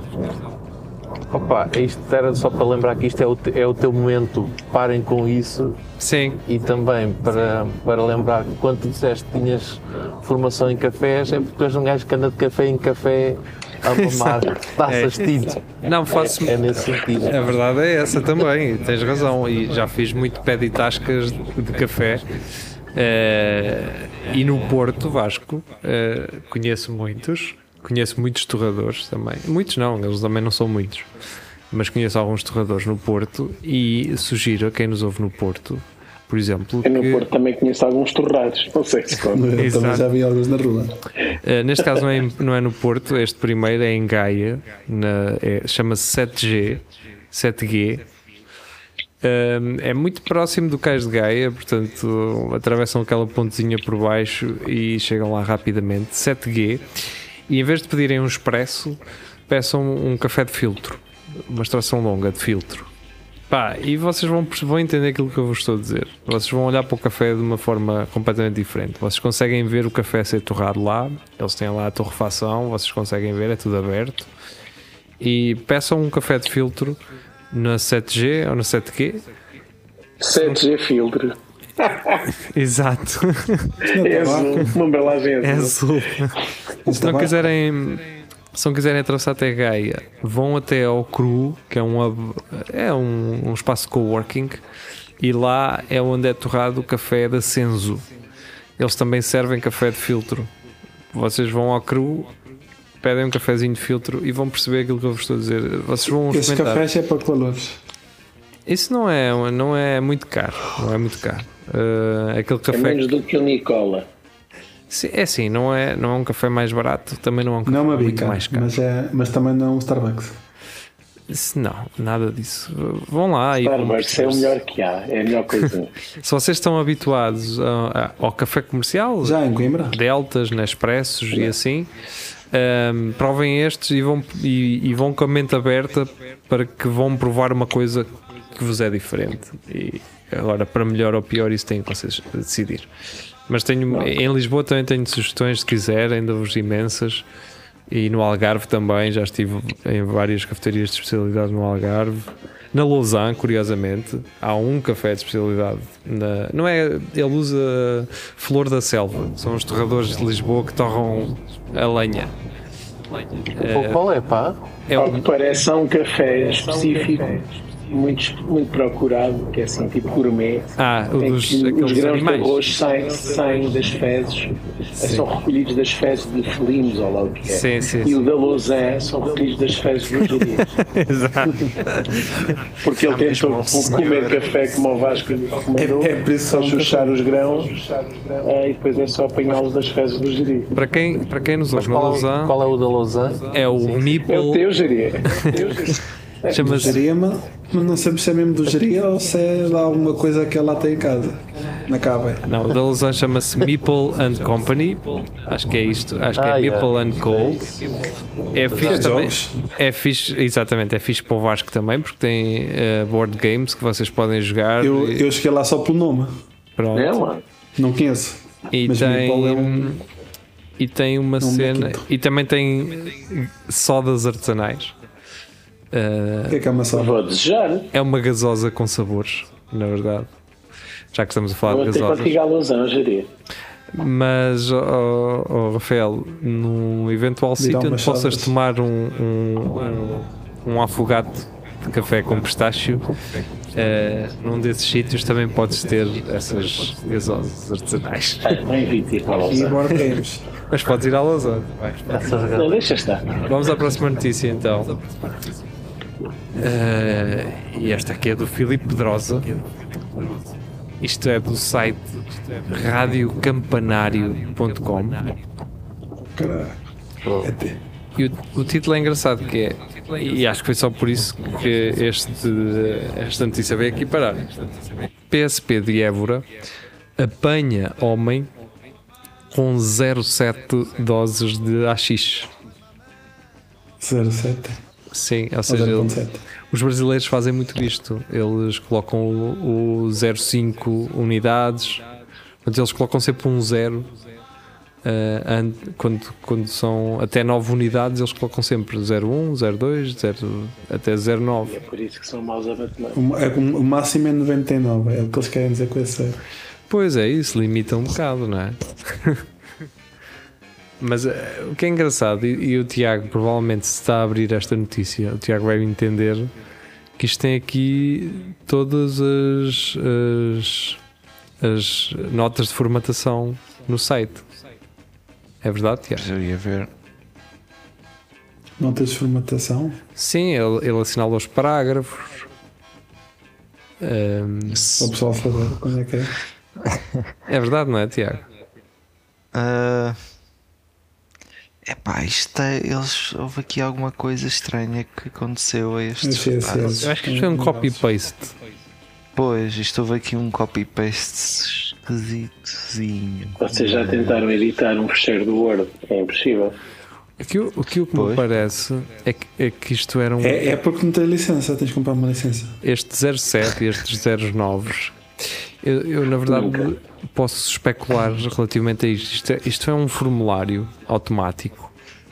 Opa, isto era só para lembrar que isto é o, te- é o teu momento, parem com isso. Sim. E também para, para lembrar que quando tu disseste que tinhas formação em cafés, é porque tu és um gajo que anda de café em café a mamar taças de tinta. Não, faço. É nesse sentido. A verdade é essa também, tens razão. E já fiz muito pé de tascas de, de café. Eh, e no Porto, Vasco, eh, conheço muitos. Conheço muitos torradores também. Muitos não, eles também não são muitos. Mas conheço alguns torradores no Porto e sugiro a quem nos ouve no Porto, por exemplo, Eu no que, Porto também conheço alguns torrados, não sei se conta. Eu Exato. também já vi alguns na rua. Uh, neste caso não é, em- não é no Porto, este primeiro é em Gaia, na- é- chama-se sete G, sete G. Um, é muito próximo do Cais de Gaia, portanto atravessam aquela pontezinha por baixo e chegam lá rapidamente. sete G. E em vez de pedirem um expresso, peçam um café de filtro. uma extração longa de filtro. Pá, e vocês vão, vão entender aquilo que eu vos estou a dizer. Vocês vão olhar para o café de uma forma completamente diferente. Vocês conseguem ver o café ser torrado lá, eles têm lá a torrefação, vocês conseguem ver, é tudo aberto. E peçam um café de filtro na sete G ou na sete Q. sete G filtro. Exato. É azul, uma embalagem É azul. azul. Se não quiserem, se não quiserem atravessar até Gaia, vão até ao Cru, que é um hub- é um, um espaço de coworking, e lá é onde é torrado o café da Senzu. Eles também servem café de filtro. Vocês vão ao Cru, pedem um cafezinho de filtro e vão perceber aquilo que eu vos estou a dizer. Vocês vão Esse experimentar. café é para que valores? Isso não é, não é muito caro. Não é muito caro. Uh, aquele É café menos do que o Nicola. Sim, é assim, não é, não é um café mais barato, também não é um café Não é uma muito bica, mais caro. mas, é, mas também não é um Starbucks. Isso não, nada disso. Vão lá e vão Starbucks é o perceber. melhor que há, é a melhor coisa. Se vocês estão habituados a- a- ao café comercial, Já em Coimbra? Deltas, Nespressos e assim, ahm, provem estes e vão, e, e vão com a mente aberta para que vão provar uma coisa que vos é diferente. E agora, para melhor ou pior, isso têm que vocês decidir. Mas tenho, em Lisboa também tenho sugestões, se quiserem, dou-vos imensas. E no Algarve também, já estive em várias cafeterias de especialidade no Algarve. Na Lausanne, curiosamente, há um café de especialidade. Na, não é, ele usa flor da selva, são os torradores de Lisboa que torram a lenha. Pô, qual é, pá? É Ao um, que parece, há um café específico, muito, muito procurado, que é assim, tipo gourmet. ah, o Em dos que os aqueles grãos de animais. arroz saem, saem das fezes, são recolhidos das fezes de felinos, ou lá o que é. Sim, sim, e sim. o da Lausanne são recolhidos das fezes dos girias. Exato. Porque ele tentou comer café como o Vasco lhe recomendou, É- é por isso só que- chuchar os grãos, ah, e depois é só apanhá-los das fezes do giri. Para quem, para quem nos ouve na Qual, Lausanne, qual é o da Lausanne? é o É o Meeple, teu giri. chama-se Geria, mas mas não sabemos se é mesmo do Geria ou se é de alguma coisa que ele lá tem em casa. Na cava. Não, o da Lausanne chama-se Meeple and Company. Acho que é isto. Acho que é Ah, Meeple yeah. and Co. É fixe também. jogos. É fixe, exatamente. É fixe para o Vasco também, porque tem eh, board games que vocês podem jogar. Eu, e, eu cheguei lá só pelo nome. pronto. É lá. Não conheço. E Mas tem, Meeple é um- e tem uma um cena. quinto. E também tem sodas artesanais. Eh, O que é que é uma só? Vou desejar. é uma gasosa com sabores, na verdade. Já que estamos a falar Vou de ter gasosas. contigo à Lausanne, giri. Mas, oh, oh, Rafael, num eventual Dirão sítio onde umas possas sodas. tomar um, um, um, um afogato de café com pistácio, eh, num desses sítios também podes ter essas gasosas artesanais. Não invite para a E Lausanne. board games. Mas podes ir à Lausanne. Essas Não, deixa estar. Vamos à próxima notícia então. Eh, e esta aqui é do Filipe Pedrosa. Isto é do site rádio campanário ponto com. Caralho. É te- E o, o título é engraçado, que é, e acho que foi só por isso que este, esta notícia veio aqui parar. P S P de Évora apanha homem com zero vírgula sete doses de haxixe. zero vírgula sete. Sim, ou Ou seja, zero ele- vírgula sete. os brasileiros fazem muito disto. Eles colocam o, o zero vírgula cinco unidades, portanto, eles colocam sempre um zero. Uh, and- quando, quando são até nove unidades, eles colocam sempre zero vírgula um, zero vírgula dois, zero, até zero vírgula nove. É por isso que são maus a matemática. O, é, o máximo é noventa e nove. É o que eles querem dizer com esse. Pois é, isso limita um bocado, não é? Mas uh, o que é engraçado, e, e o Tiago provavelmente se está a abrir esta notícia, o Tiago vai entender que isto tem aqui todas as, as, as notas de formatação no site. É verdade, Tiago? Eu ia ver. Notas de formatação. Sim, ele, ele assinala os parágrafos. Ahm, Para o pessoal saber quando é que é. é verdade, não é, Tiago? Ah, epá, isto é, eles, houve aqui alguma coisa estranha que aconteceu a estes Achei assim, rapazes. Eu acho que isto foi um copy-paste. Pois, isto houve aqui um copy-paste esquisitozinho. Vocês já tentaram editar um fecheiro do Word? É impossível. Aqui, o que o que me Pois. parece é que, é que isto era um. É, é porque não tens licença, tens de comprar uma licença. Este zero sete e estes zero nove, eu, eu na verdade Nunca. posso especular relativamente a isto. Isto é, isto é um formulário automático.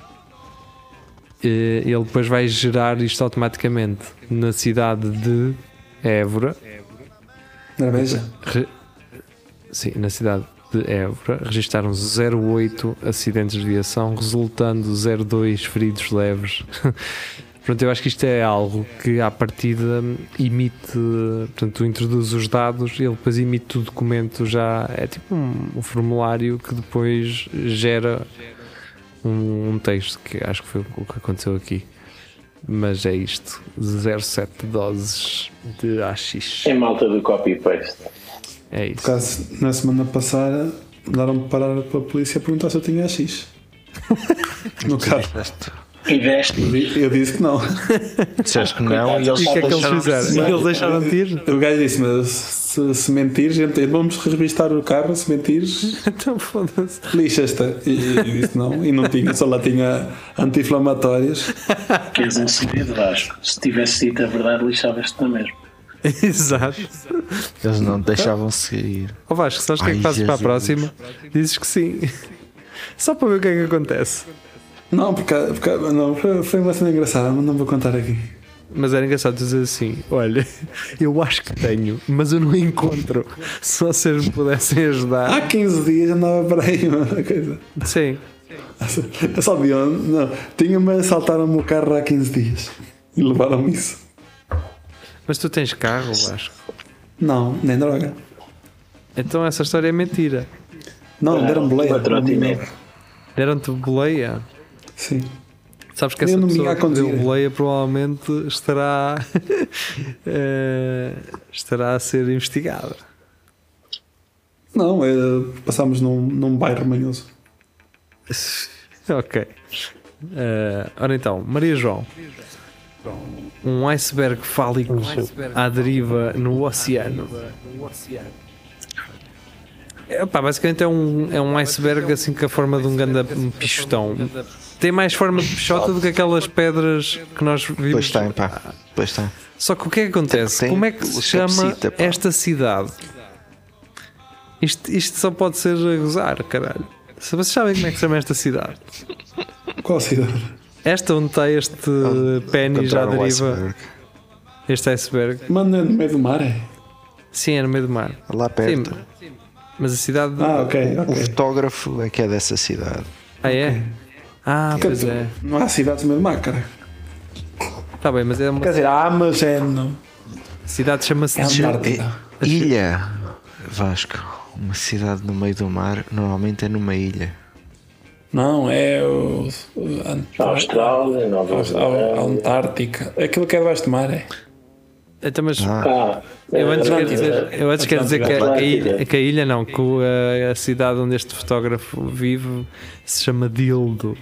Eh, Ele depois vai gerar isto automaticamente na cidade de Évora. Não era Beja? Re- Sim, na cidade de Évora registaram-se zero oito acidentes de viação, resultando zero dois feridos leves. Pronto, eu acho que isto é algo que à partida emite, portanto, tu introduz os dados e ele depois emite o documento já, é tipo um, um formulário que depois gera um, um texto, que acho que foi o que aconteceu aqui. Mas é isto, zero sete doses de A X. É malta do copy-paste. É Por isso. acaso, na semana passada, mandaram-me parar pela polícia a perguntar se eu tinha A X. No carro. E veste. Eu di- Eu disse que não. Disseste que não e eles E o que é que eles deixaram- fizeram? Eles deixaram de ir? O gajo disse-me: se, se mentires, gente, vamos revistar o carro. Se mentires, Então foda-se. lixas-te. E eu disse não. E não tinha, só lá tinha anti-inflamatórios. Queres um segredo, Vasco? Se tivesse dito a verdade, lixavas-te na mesma. Exato. Eles não te deixavam seguir. Ó Vasco, sabes o que é que Ai, fazes para a Jesus. próxima? Dizes que sim. Só para ver o que é que acontece. Não, porque, porque não, foi- foi uma cena engraçada, mas não vou contar aqui. Mas era engraçado dizer assim: olha, eu acho que tenho, mas eu não encontro. Se vocês me pudessem Há ajudar. quinze dias andava para aí uma coisa. Sim. Eu só vi onde? Não. Tinha-me assaltaram-me o carro há quinze dias. E levaram-me isso. Mas tu tens carro, Vasco. Não, nem droga. Então essa história é mentira. Não, deram boleia. Uma trotinete. Deram-te boleia. Sim. Sabes que Eu essa não me pessoa ia que te deu conduzir. boleia provavelmente estará, eh, estará a ser investigada. Não, é, passámos num, num bairro manhoso. Ok. Eh, ora então, Maria João. Um iceberg fálico à deriva no oceano. É, pá, basicamente é um, é um iceberg assim com a forma de um grande pichotão. Tem mais forma de pichota do que aquelas pedras que nós vimos. Pois tem, pá. Pois tem. Só que o que é que acontece? Tem Como é que se chama capsita, pá. esta cidade? Isto, isto só pode ser a gozar, caralho. Se vocês sabem como é que se chama esta cidade? Qual cidade? Esta onde está este pênis à Encontraram o deriva, iceberg. este iceberg. Mano, é no meio do mar, é? Sim, é no meio do mar. Lá perto. Sim, mas a cidade. Ah, ok, O ok. fotógrafo é que é dessa cidade. Ah, é? Ah, Quer pois dizer, é. não há cidades no meio do mar, cara. Está bem, mas é uma Quer dizer, há, mas é. Não. a cidade chama-se. É Ju- Antártida. É- ilha. Vasco. Uma cidade no meio do mar normalmente é numa ilha. Não, é o. Austrália, Nova A, a, a Zelândia. Antártica. Aquilo que é debaixo do mar, é. Então, mas Ah, Ah, eu antes quero Atlântida. dizer, eu antes quero dizer que, a, a Atlântida. ilha, que a ilha não, que o- a, a cidade onde este fotógrafo vive se chama Dildo.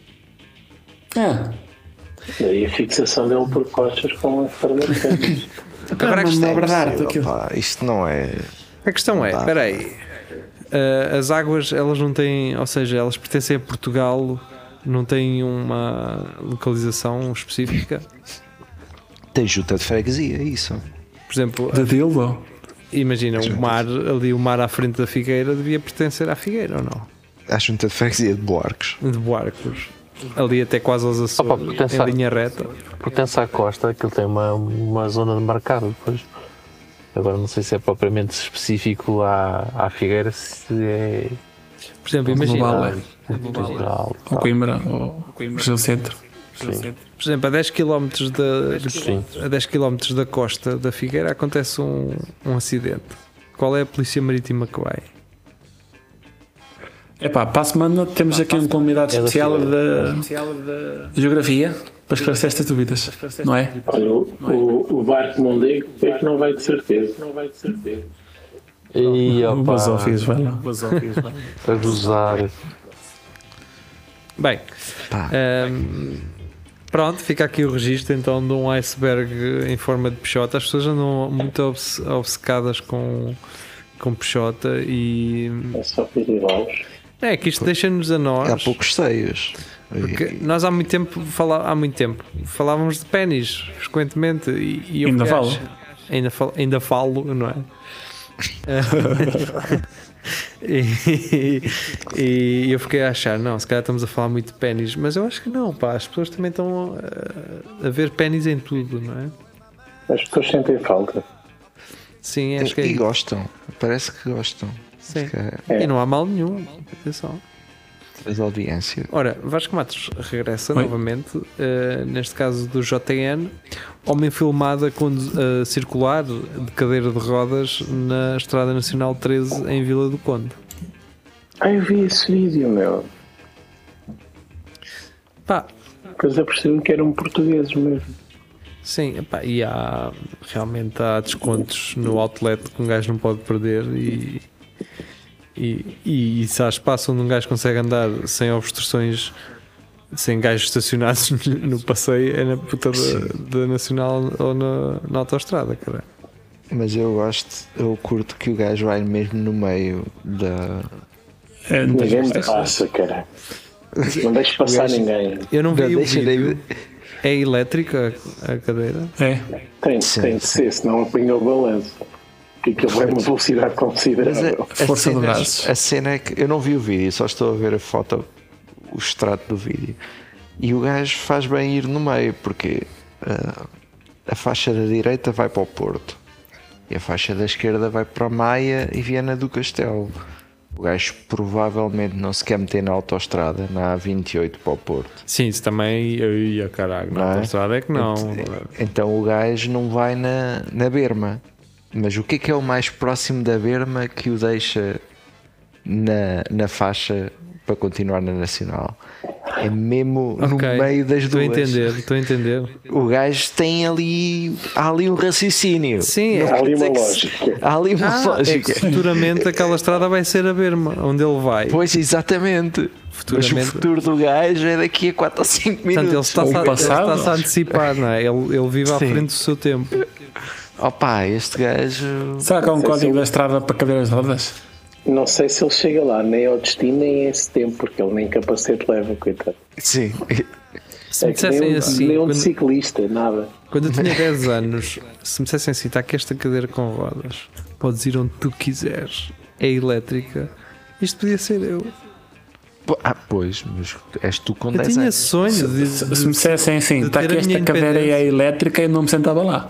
Ah, daí a fixação dele por costas com a forma de pênis. Agora a mas questão, não é verdade. possível, Aquilo. pá, isto não é. a questão é, Não dá. espera aí, ah, as águas elas não têm, ou seja, elas pertencem a Portugal, não têm uma localização específica. Tem junta de freguesia, é isso. Por exemplo, De dildo? imagina o mar, ali o mar à frente da Figueira devia pertencer à Figueira ou não? A junta de freguesia de Boarcos. De Barcos. Ali até quase aos Açores, Opa, pertence em à- linha reta. Pertence à costa, aquilo tem uma, uma zona demarcada depois. Agora não sei se é propriamente específico à, à Figueira, se é Por exemplo, imagina, Vale. geral. Ou Coimbra, ou Rio Centro. Sim. por exemplo, a dez quilómetros da, Sim. a dez quilómetros da costa da Figueira acontece um, um acidente. Qual é a polícia marítima que vai? Epá, para a semana temos aqui um convidado É da especial Figueira. de Geografia para esclarecer estas dúvidas, não é? Olha, o, o, o barco Mondego é que não vai de certeza. Não vai de certeza. E O opa, Basófias, vai lá. a gozar. Bem, Pá, hum, pronto, fica aqui o registro então de um iceberg em forma de peixota. As pessoas andam muito obce- obcecadas com, com peixota e É só festivalos. é que isto deixa-nos a nós. há poucos seios. Porque nós há muito tempo, fala, há muito tempo falávamos de pênis frequentemente e, e eu Ainda fiquei a falo. achar- ainda falo. Ainda falo, não é? e, e eu fiquei a achar, não, se calhar estamos a falar muito de pênis, mas eu acho que não, pá, as pessoas também estão a, a ver pênis em tudo, não é? As pessoas sentem falta. Sim, acho que é E isso. gostam, parece que gostam. Sim. Acho que é É. E não há mal nenhum, atenção. a audiência. Ora, Vasco Matos regressa Oi. novamente, eh, neste caso do J N, homem filmado a, condu- a circular de cadeira de rodas na Estrada Nacional treze em Vila do Conde. Ah, eu vi esse vídeo, meu. Pá, Depois apercebi-me que eram portugueses mesmo. sim, epá, e há realmente há descontos no outlet que um gajo não pode perder e, e, e, e se há espaço onde um gajo consegue andar sem obstruções, sem gajos estacionados no passeio, é na puta da, da Nacional ou na, na autoestrada, cara. Mas eu gosto, eu curto que o gajo vai mesmo no meio da. É, Ninguém me muitas passa, cara. Não deixes passar ninguém. Eu não Da vi o deixa vídeo. daí- É elétrica a a cadeira? É. Tem, Sim, tem de sim. ser, senão apanha o balanço. Porque aquilo vai uma velocidade Mas a, considerável. a Força de cena, braços. a cena é que eu não vi o vídeo, só estou a ver a foto, o extrato do vídeo. E o gajo faz bem ir no meio, porque ah, a faixa da direita vai para o Porto e a faixa da esquerda vai para a Maia e Viana do Castelo. O gajo provavelmente não se quer meter na autoestrada, na A vinte e oito para o Porto. Sim, isso também. Eu ia, caralho. Não Na é? autoestrada é que não. Então o gajo não vai na, na berma. Mas o que é que é o mais próximo da berma que o deixa na, na faixa para continuar na Nacional? É mesmo no Ok, meio das Estou a duas. entender, estou a entender. O gajo tem ali. Há ali um raciocínio. Sim, Há é, ali uma Quer dizer que lógica. Há ali uma ah, é lógica. que futuramente aquela estrada vai ser a Berma, onde ele vai. Pois, exatamente. Mas o Futuramente. futuro do gajo é daqui a quatro ou cinco minutos. Portanto, ele está-se a, Ou ele passado. está-se a antecipar, não é? Ele, ele vive à Sim. frente do seu tempo. Opa, este gajo. Será que há um código da estrada para cadeiras de rodas? Não sei se ele chega lá nem ao destino nem a esse tempo, porque ele nem capacete leva, coitado. Sim. Se me É que nem dissessem um, assim, nem um quando, ciclista, nada. quando eu tinha dez anos, se me dissessem assim, está aqui esta cadeira com rodas, podes ir onde tu quiseres, é elétrica, isto podia ser eu. Ah, pois, mas és tu com Eu dez tinha anos. sonho de, Se, de- se me dissessem assim, de está ter aqui a minha esta cadeira e é independência. elétrica, eu não me sentava lá.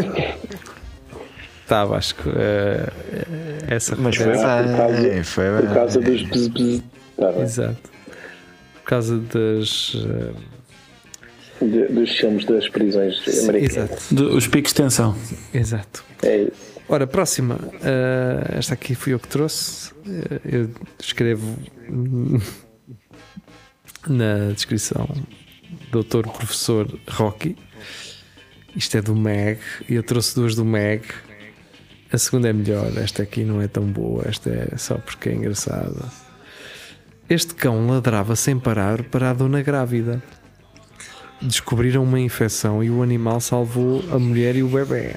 Tá, Vasco, é, é, essa Mas foi cadeira- Por causa- bem, foi Por bem. causa dos bzz, bzz, tá bem. Exato. Por causa das. eh, De- dos filmes das prisões americanas. Exato, Do- os picos de tensão. exato. É isso. Ora, próxima. eh, esta aqui fui eu que trouxe. Eh, eu escrevo na descrição doutor Professor Rocky. Isto é do Meg. E eu trouxe duas do Meg. A segunda é melhor. Esta aqui não é tão boa. Esta é só porque é engraçada. Este cão ladrava sem parar para a dona grávida. Descobriram uma infecção e o animal salvou a mulher e o bebê.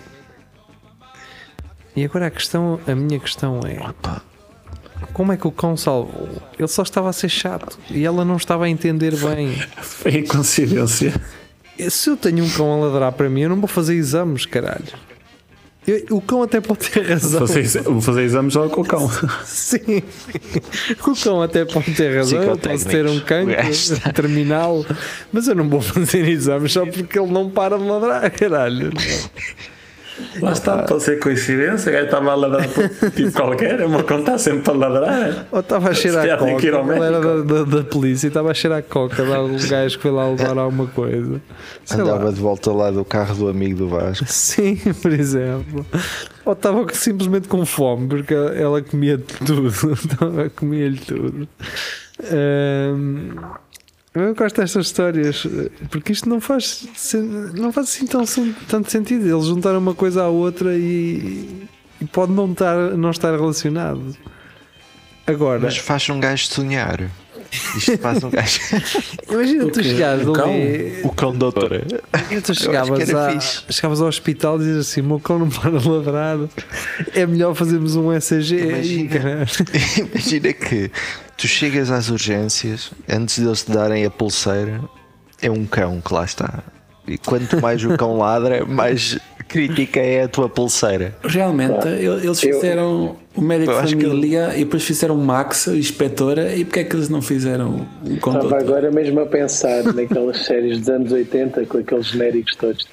E agora a questão, a minha questão é: como é que o cão salvou? Ele só estava a ser chato e ela não estava a entender bem. Foi a coincidência. Se eu tenho um cão a ladrar para mim, eu não vou fazer exames, caralho. Eu- o cão até pode ter razão. Vou fazer, vou fazer exames logo com o cão. Sim, o cão até pode ter razão. Eu posso ter um cancro Psicotécnicos. terminal, mas eu não vou fazer exames só porque ele não para de ladrar, caralho. Lá está, pode ser coincidência. O gajo estava a ladrar por tipo qualquer. O meu cão está sempre a ladrar. Ou estava a cheirar Se a calhar tem que ir coca, ao ele era da, médico. da, da polícia e estava a cheirar a coca de algum gajo que foi lá levar alguma coisa. Sei Andava lá. de volta lá do carro do amigo do Vasco. Sim, por exemplo. Ou estava simplesmente com fome porque ela comia tudo. Ela comia-lhe tudo. Ahm, eu gosto destas histórias porque isto não faz, sen- não faz assim tão, tanto sentido. Eles juntaram uma coisa à outra e, e pode não estar, não estar relacionado. Agora, Mas faz um gajo sonhar. Isto faz um gajo. imagina O tu quê? chegares O cão? ali. O cão doutora. E tu que chegavas, era à- fixe. chegavas ao hospital e dizes assim: o meu cão não para de ladrar, é melhor fazermos um E C G aí, Imagina. caralho. Imagina que Tu chegas às urgências, antes deles te darem a pulseira, é um cão que lá está. E quanto mais o cão ladra, mais crítica é a tua pulseira. Realmente, eles Eu- fizeram o médico eu de acho que família e depois fizeram o Max, a inspetora, e porque é que eles não fizeram o Estava condutor? agora mesmo a pensar naquelas séries dos anos oitenta com aqueles genéricos todos.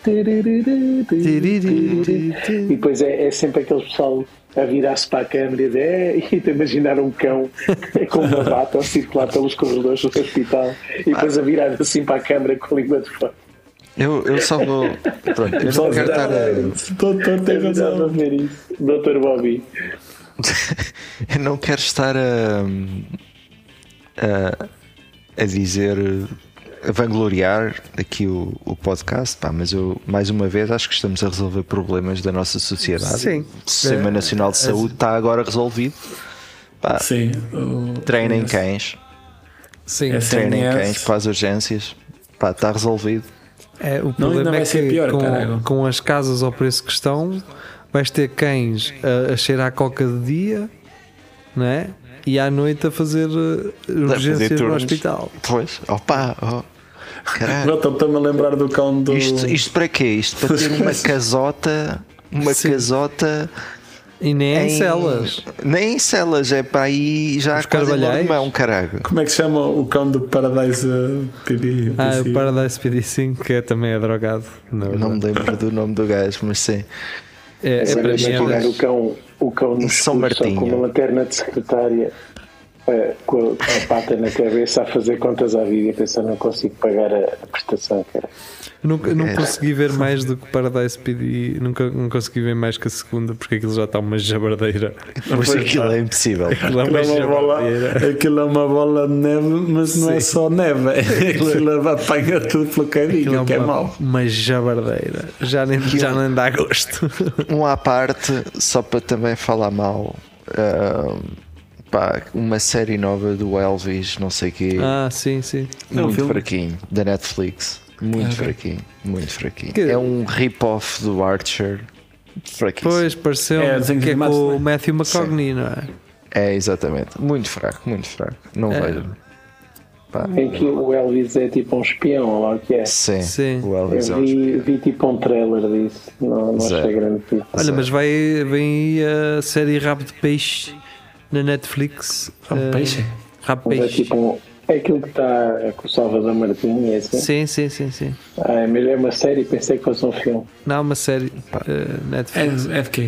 E depois é, é sempre aquele pessoal a virar-se para a câmera e dizer, é, e te imaginar um cão com uma bata a circular pelos corredores do hospital e depois a virar assim para a câmera com a língua de fora. Eu, eu só vou. Pronto, eu não quero estar a. Doutor tem Tem razão a razão. ver isso. doutor Bobby. Eu não quero estar a. a, a dizer. a vangloriar aqui o, o podcast, pá, mas eu, mais uma vez, acho que estamos a resolver problemas da nossa sociedade. Sim. O Sistema Nacional de Saúde está agora resolvido. Pá, Sim. o- treinem cães, Sim. É treinem S N S. cães para as urgências. Pá, está resolvido. É, o ainda problema vai é ser que pior, com, caralho. com as casas ao preço que estão, vais ter cães a, a cheirar a coca de dia, não é? E à noite a fazer uh, urgências no turnos. hospital. Pois, opa, oh, caralho. Agora estou-me a lembrar do cão do. Isto, isto para quê? Isto para ter uma casota, uma Sim. casota E nem é em celas. Nem em celas, é para aí já Os quase em carvalhais? Lordmão, caralho. Como é que se chama o cão do Paradise uh, P D? Ah, o Paradise P D cinco, que é, também é drogado. Na Não me verdade. lembro do nome do gajo, mas sim. É, é Agora para mim imaginar é o cão, o cão no São escuro, só com Martinho. uma lanterna de secretária, eh, com, a, com a pata na cabeça a fazer contas à vida e a pensar não consigo pagar a, a prestação, cara. Nunca, não É. consegui ver mais do que Paradise P D. Nunca não consegui ver mais que a segunda, porque aquilo já está uma jabardeira. Mas aquilo é impossível. Aquilo é Aquilo uma é uma, bola, jabardeira. aquilo é uma bola de neve, mas não é Sim. só neve. Aquilo apanha tudo pelo caminho, Aquilo que é uma, mau. uma jabardeira. Já nem, já nem dá gosto. Um à parte, só para também falar mal. ah, pá, uma série nova do Elvis, não sei o quê. Ah, sim, sim. É um muito filme? fraquinho, da Netflix. Muito Ok. fraquinho, muito fraquinho. Que- É um rip-off do Archer. Fraquíssimo. Pois, pareceu É, desenhos que é animados, com não é? o Matthew McConaughey, não é? É, exatamente. Muito fraco, muito fraco. Não É. vejo. Pá, Em que o Elvis é tipo um espião, ou lá o que é. sim, Sim. o Elvis é Eu um vi, vi tipo um trailer disso, não, não Zero. achei grande tipo. Olha, mas vai, vem aí a série Rabo de Peixe na Netflix. É um Eh, peixe? Rabo de Mas é Peixe. tipo um, é aquilo que está com o Salvador Martinho e assim. Sim, sim, sim, sim. Ah, mas é uma série, pensei que fosse um filme. Não, uma série eh, Netflix. É, é de quê?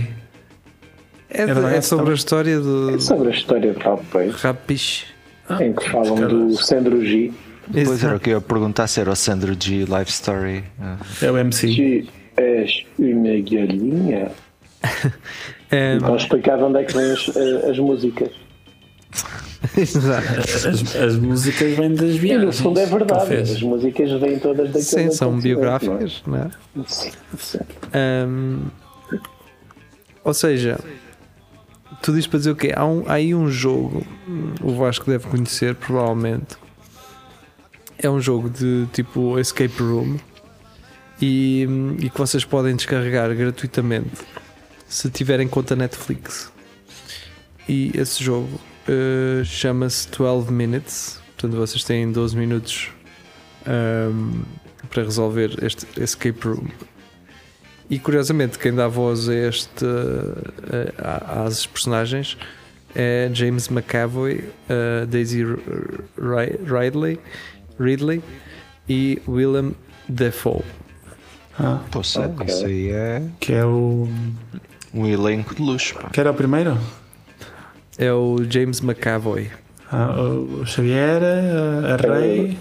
É, é de- verdade é sobre também. a história do É sobre a história de Rabo Peixe, Rabo de Peixe. em que falam do Sandro G. Depois era o Exato. que eu ia perguntar se era o Sandro G Life Story. Ah. É o M C. Tu és uma galinha. Eh, Então explicava onde é que vêm as, eh, as músicas. Exato. As, as músicas vêm das E no viagens. fundo é verdade, Talvez. as músicas vêm todas daquele Sim, são acontecimento, biográficas, não é? não é? Sim, sim. Ahm, ou seja, tu dizes para dizer o quê? Há, um, há aí um jogo, hum, o Vasco deve conhecer, provavelmente. É um jogo de tipo Escape Room e, hum, e que vocês podem descarregar gratuitamente se tiverem conta Netflix. E esse jogo eh, chama-se doze Minutes. Portanto, vocês têm doze minutos ahm, para resolver este Escape Room. E curiosamente, quem dá voz a este, eh, a- às personagens é James McAvoy, eh, Daisy R- Ri- Ridley, Ridley e Willem Dafoe. Ah, Pô, sério, Ok. isso aí é que é o. um elenco de luxo. Pá. Que era o primeiro? É o James McAvoy. Ah, o o Xavier, a, a Rei.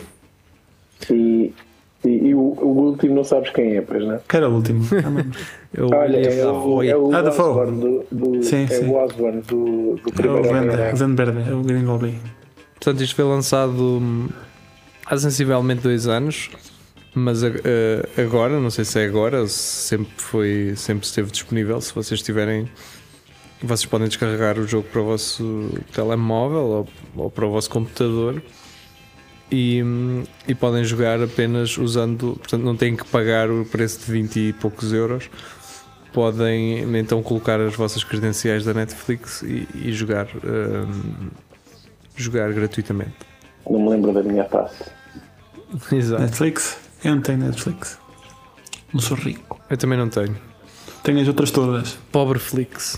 E, e, e o, o último não sabes quem é, pois não? Que era o último? Ah, não. É o Olha, William é o, Dafoe. é o Ah, Dafoe. Osborne do, do, Sim, é sim. o Osborne do, do É o primeiro Vende, Homem-Aranha. Vende Verde, é o Gringo ali. Portanto, isto foi lançado hum, há sensivelmente dois anos, mas a- a- agora, não sei se é agora, ou se sempre foi, sempre esteve disponível. Se vocês tiverem, vocês podem descarregar o jogo para o vosso telemóvel ou, ou para o vosso computador e, hum, e podem jogar apenas usando, portanto, não têm que pagar o preço de vinte e poucos euros. Podem então colocar as vossas credenciais da Netflix e, e jogar hum, jogar gratuitamente. Não me lembro da minha face. Exato. Netflix? Eu não tenho Netflix. Não sou rico. Eu também não tenho. Tenho as outras todas. Pobre Flix.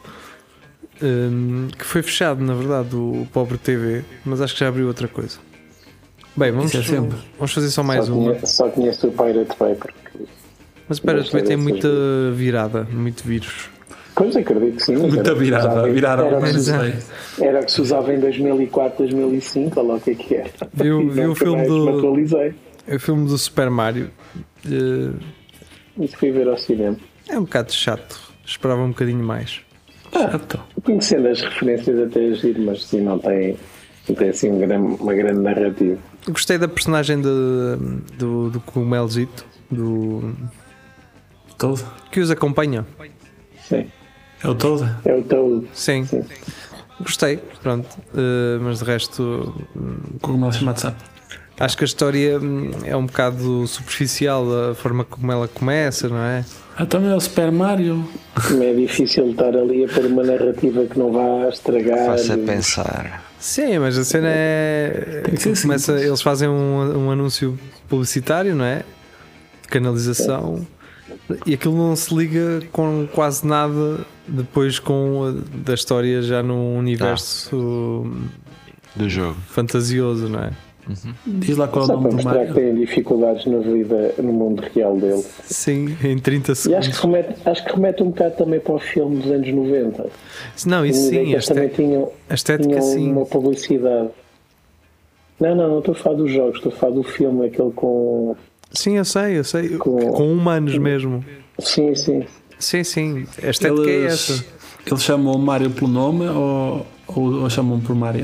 Hum, que foi fechado, na verdade, o Pobre T V, mas acho que já abriu outra coisa. Bem, vamos, Isso é sempre. vamos fazer só mais só, uma. conheço, só conheço o Pirate Bay. Porque... Mas espera, Deve também ser tem dessas muita duas. virada, muito vírus. Pois acredito que sim. mas Muita era o que se virada. usava em- Viraram. Era o que se Mas, usava- é. era o que se usava em dois mil e quatro, dois mil e cinco, olha lá o que é que era. Viu, E viu o nunca filme mais me do, atualizei. o filme do Super Mario? Eh, Isso fui ver ao cinema. é um bocado chato. Esperava um bocadinho mais. Chato. Conhecendo as referências até é giro, mas sim, não tem, não tem assim um grande- uma grande narrativa. Eu gostei da personagem de, do, do Cogumelzito, do, Todo. que os acompanha. Sim. É o todo. É o Toad. Sim, Sim. gostei. Pronto. Eh, mas de resto, Cogumelo chamado sapo. acho que a história hum, é um bocado superficial, a forma como ela começa, não é? Ah, também é o Super Mario. É difícil estar ali a pôr uma narrativa que não vá estragar. Faça pensar. Sim, mas a cena é. Tem que ser começa, simples. eles fazem um, um anúncio publicitário, não é? De canalização. E aquilo não se liga com quase nada depois com a, da história já num universo Do jogo. fantasioso, não é? Diz lá qual é o Só para nome do mostrar que Mario. têm dificuldades na vida, no mundo real dele. Sim, em trinta E segundos. acho que, remete, acho que remete um bocado também para o filme dos anos noventa. Não, isso Tenho ideia sim, que a eles também estética, tinham, a estética tinham sim. uma publicidade. Não, não, não estou a falar dos jogos, estou a falar do filme, aquele com. Sim, eu sei, eu sei. Com- Com humanos mesmo. Sim, sim. Sim, sim. A estética é essa. Eles, eles chamam o Mario pelo nome ou, ou, ou chamam por Mario?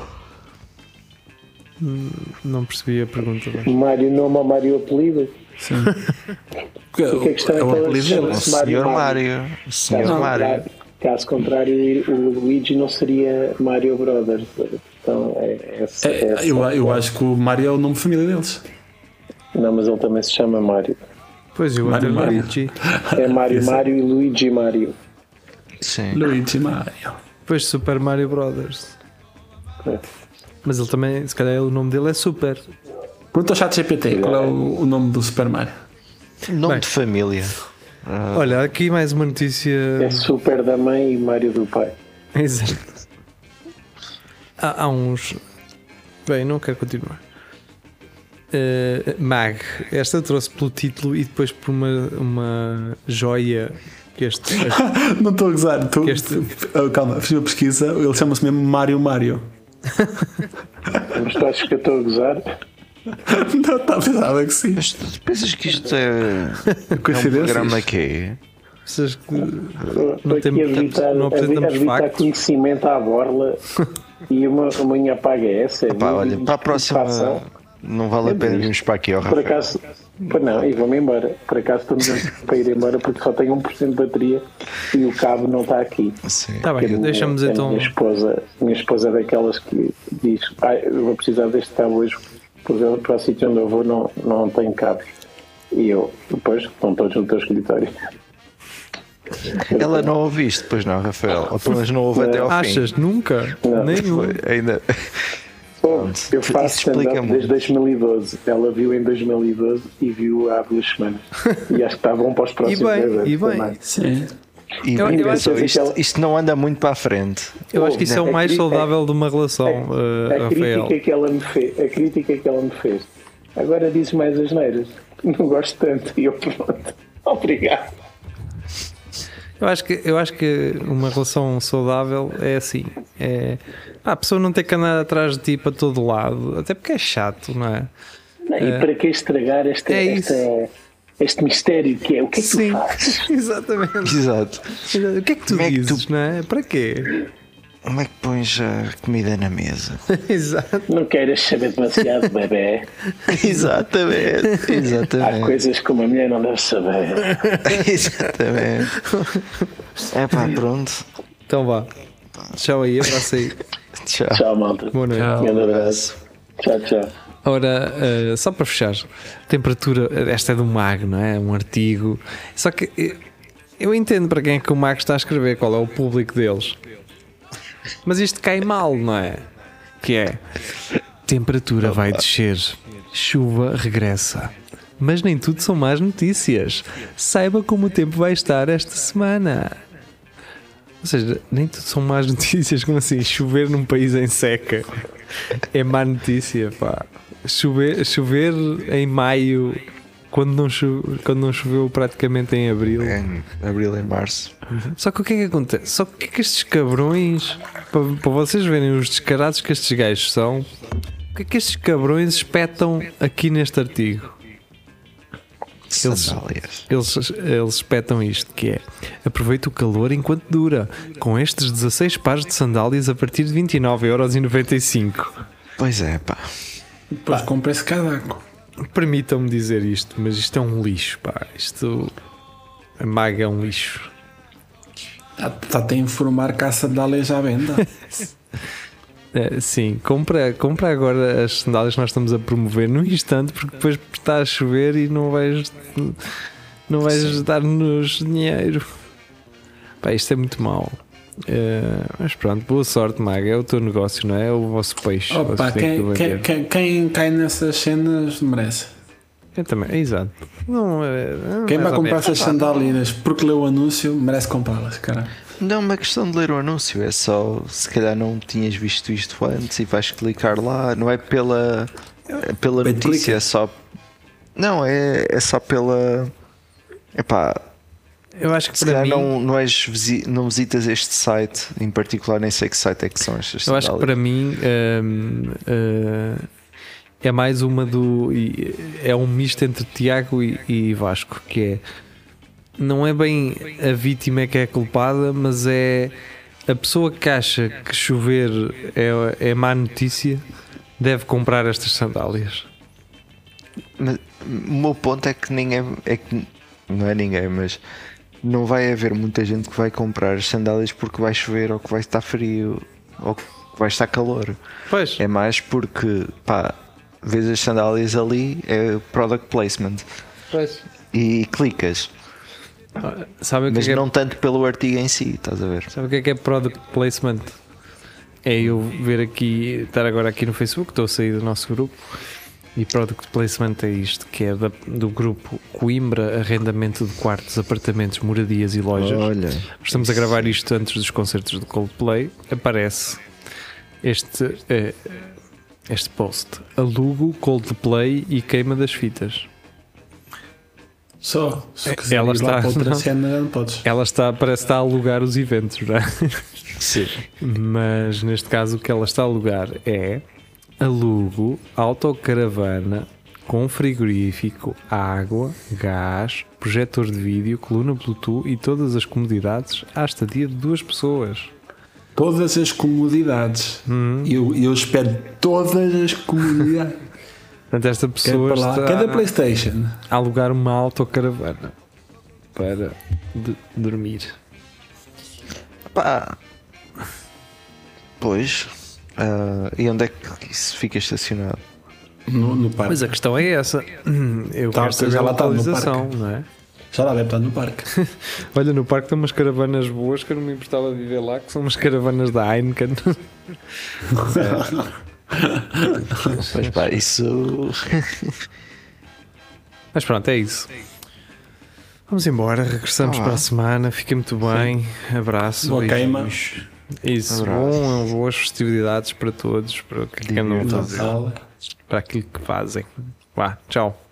Não percebi a pergunta. bem. Mário nome ou Mário apelido? Sim. Porque a questão é é o que ela apelido dele. O chama-se Mário senhor Mário. Mário. O senhor Caso Mário. contrário- Caso contrário, o Luigi não seria Mario Brothers. Então é, essa, É, essa- eu, eu acho que o Mario é o nome de família deles. Não, mas ele também se chama Mario. Pois, eu Mário, outro Mário. Luigi. É Mario Esse- Mario e Luigi Mario. Sim. Luigi Mario. Depois Super Mario Brothers. É. Mas ele também, se calhar o nome dele é Super. Pergunta ao chat G P T qual é o, o nome do Super Mario. Nome Bem. de família. Olha, aqui mais uma notícia. É Super da mãe e Mario do pai. Exato. Há, há uns. Bem, não quero continuar. Uh, Mag, esta eu trouxe pelo título e depois por uma, uma joia que este. Não estou a gozar. Tu, Que este- oh, calma, fiz uma pesquisa. Ele chama-se mesmo Mario Mario. Mas tu achas que eu estou a gozar? Não, tá, pensava que sim. Mas tu pensas que isto é, é um Coincidências? programa que é? Pessoas que Estou não aqui a temos evitar, tantos- não a apresentamos evitar factos. conhecimento à borla e uma, uma minha paga é essa. É Pá, olha, de- para a de próxima satisfação. não vale a pena irmos para aqui, ó Por Rafael. acaso, pá, não, e vou-me embora. Por acaso estamos a- para ir embora porque só tenho um por cento de bateria e o cabo não está aqui. Sim. Está Que a bem, minha- deixamos a então. Minha esposa, a minha esposa é daquelas que diz: ah, eu vou precisar deste cabo hoje porque eu- para o sítio onde eu vou não, não tenho cabos. E eu, depois, estão todos no teu escritório. Ela não ouviste, depois não, Rafael. Ou pelo menos não ouve até ao fim. Achas? Nunca? Não. Nenhum. Foi, ainda. Bom, eu Isso faço explica stand-up muito. desde dois mil e doze. Ela viu em dois mil e doze e viu há duas semanas. E acho que está bom para os próximos bem, dez anos e bem. também. Sim. E Eu- bem eu pensou, acho que isto, ela- isto não anda muito para a frente. Eu acho que isso é o A mais cri- saudável de uma relação, A, uh, a Rafael. crítica que ela me fez, a crítica que ela me fez. Agora dizes mais asneiras. Não gosto tanto. E eu pronto. Obrigado. Eu acho que, eu acho que uma relação saudável é assim. É, ah, a pessoa não tem que andar atrás de ti para todo lado, até porque é chato, não é? Não, e para que estragar esta, É esta, este mistério que é? O que é que Sim, tu fazes? exatamente. Exato. O que é que tu Como é que dizes, tu- não é? Para quê? Como é que pões a comida na mesa? Exato. Não queiras saber demasiado, bebê. Exatamente. Há Exatamente. coisas que uma mulher não deve saber. Exatamente. É pá, pronto. Então vá. Tchau aí, abraço aí. Tchau. Tchau, malta. Boa noite. Tchau. Um grande abraço. Tchau, tchau. Ora, eh, só para fechar, temperatura, esta é do Mag, não é? Um artigo. Só que eh, eu entendo para quem é que o Mag está a escrever, qual é o público deles. Mas isto cai mal, não é? que é: temperatura vai descer, chuva regressa. Mas nem tudo são más notícias. Saiba como o tempo vai estar esta semana. Ou seja, nem tudo são más notícias. Como assim? Chover num país em seca é má notícia, pá. Chover, chover em maio, quando não, cho quando não choveu praticamente em abril. Em abril e março. Só que o que é que acontece? Só que o que é que estes cabrões, para, para vocês verem os descarados que estes gajos são, o que é que estes cabrões espetam aqui neste artigo? Eles, Sandálias. eles, eles espetam isto, que é: aproveita o calor enquanto dura, com estes dezasseis pares de sandálias a partir de vinte e nove euros e noventa e cinco. Pois é, pá. Depois compra esse casaco. Permitam-me dizer isto, mas isto é um lixo, pá. Isto, a maga é um lixo. Está a informar que há sandálias à venda. É, sim, compra, compra agora as sandálias que nós estamos a promover num instante, porque depois está a chover e não vais, não vais dar-nos dinheiro. Pá, isto é muito mau. É, mas pronto, boa sorte, Maga. É o teu negócio, não é? É o vosso peixe. Opa, Vocês têm que quem, quem, vender. quem, quem cai nessas cenas merece. Eu também, é exato. Não, é, é Quem mais vai ou comprar menos. essas sandálias porque leu o anúncio merece comprá-las, cara. Não é uma questão de ler o anúncio, é só se calhar não tinhas visto isto antes e vais clicar lá, não é pela, é pela Bem, notícia, clica. é só. Não, é, é só pela. Epá, Eu acho que se para calhar mim, não, não, és, visi- não visitas este site em particular, nem sei que site é que são estas eu acho que sandálias. para mim hum, uh, é mais uma do. e- É um misto entre Tiago e, e Vasco, que é. Não é bem a vítima que é culpada, mas é a pessoa que acha que chover é, é má notícia, deve comprar estas sandálias. Mas o meu ponto é que ninguém. É que, não é ninguém, mas não vai haver muita gente que vai comprar as sandálias porque vai chover ou que vai estar frio ou que vai estar calor. Pois. É mais porque, pá, vês as sandálias ali, é product placement Pois. e clicas, Sabe o que, mas é que não tanto pelo artigo em si, estás a ver? é, sabe o que é que é product placement? É eu ver aqui, estar agora aqui no Facebook, estou a sair do nosso grupo, e product placement é isto, que é da- do grupo Coimbra Arrendamento de Quartos, Apartamentos, Moradias e Lojas. Olha, Estamos a gravar isto antes dos concertos do Coldplay. Aparece este, eh, este post: alugo, Coldplay e queima das fitas. Só, se É, quiser ela ir lá está- para outra não. cena, não podes. Ela está, parece estar a alugar os eventos, não é? sim. Mas neste caso o que ela está a alugar é alugo, autocaravana com frigorífico, água, gás, projetor de vídeo, coluna Bluetooth e todas as comodidades à estadia de duas pessoas. Todas as comodidades. Hum. Eu, eu espero todas as comodidades. Portanto, esta Quero pessoa para lá. está Cada PlayStation. a alugar uma autocaravana para de- dormir. Pá, pois, ah, e onde é que isso fica estacionado? No, no parque. Mas a questão é essa. Eu Tá, quero saber já a lá está no localização, parque. não é? Já lá deve estar no parque. Olha, no parque tem umas caravanas boas que eu não me importava de viver lá, que são umas caravanas da Heineken. Pois pá, isso. Mas pronto, é isso. Vamos embora, regressamos Ah. para a semana. Fiquem muito bem. Abraço. Boa queima. beijinhos. Isso, Abraço. bom, boas festividades para todos, para, o que andam a fazer, Natal. para aquilo que fazem. Vá, tchau.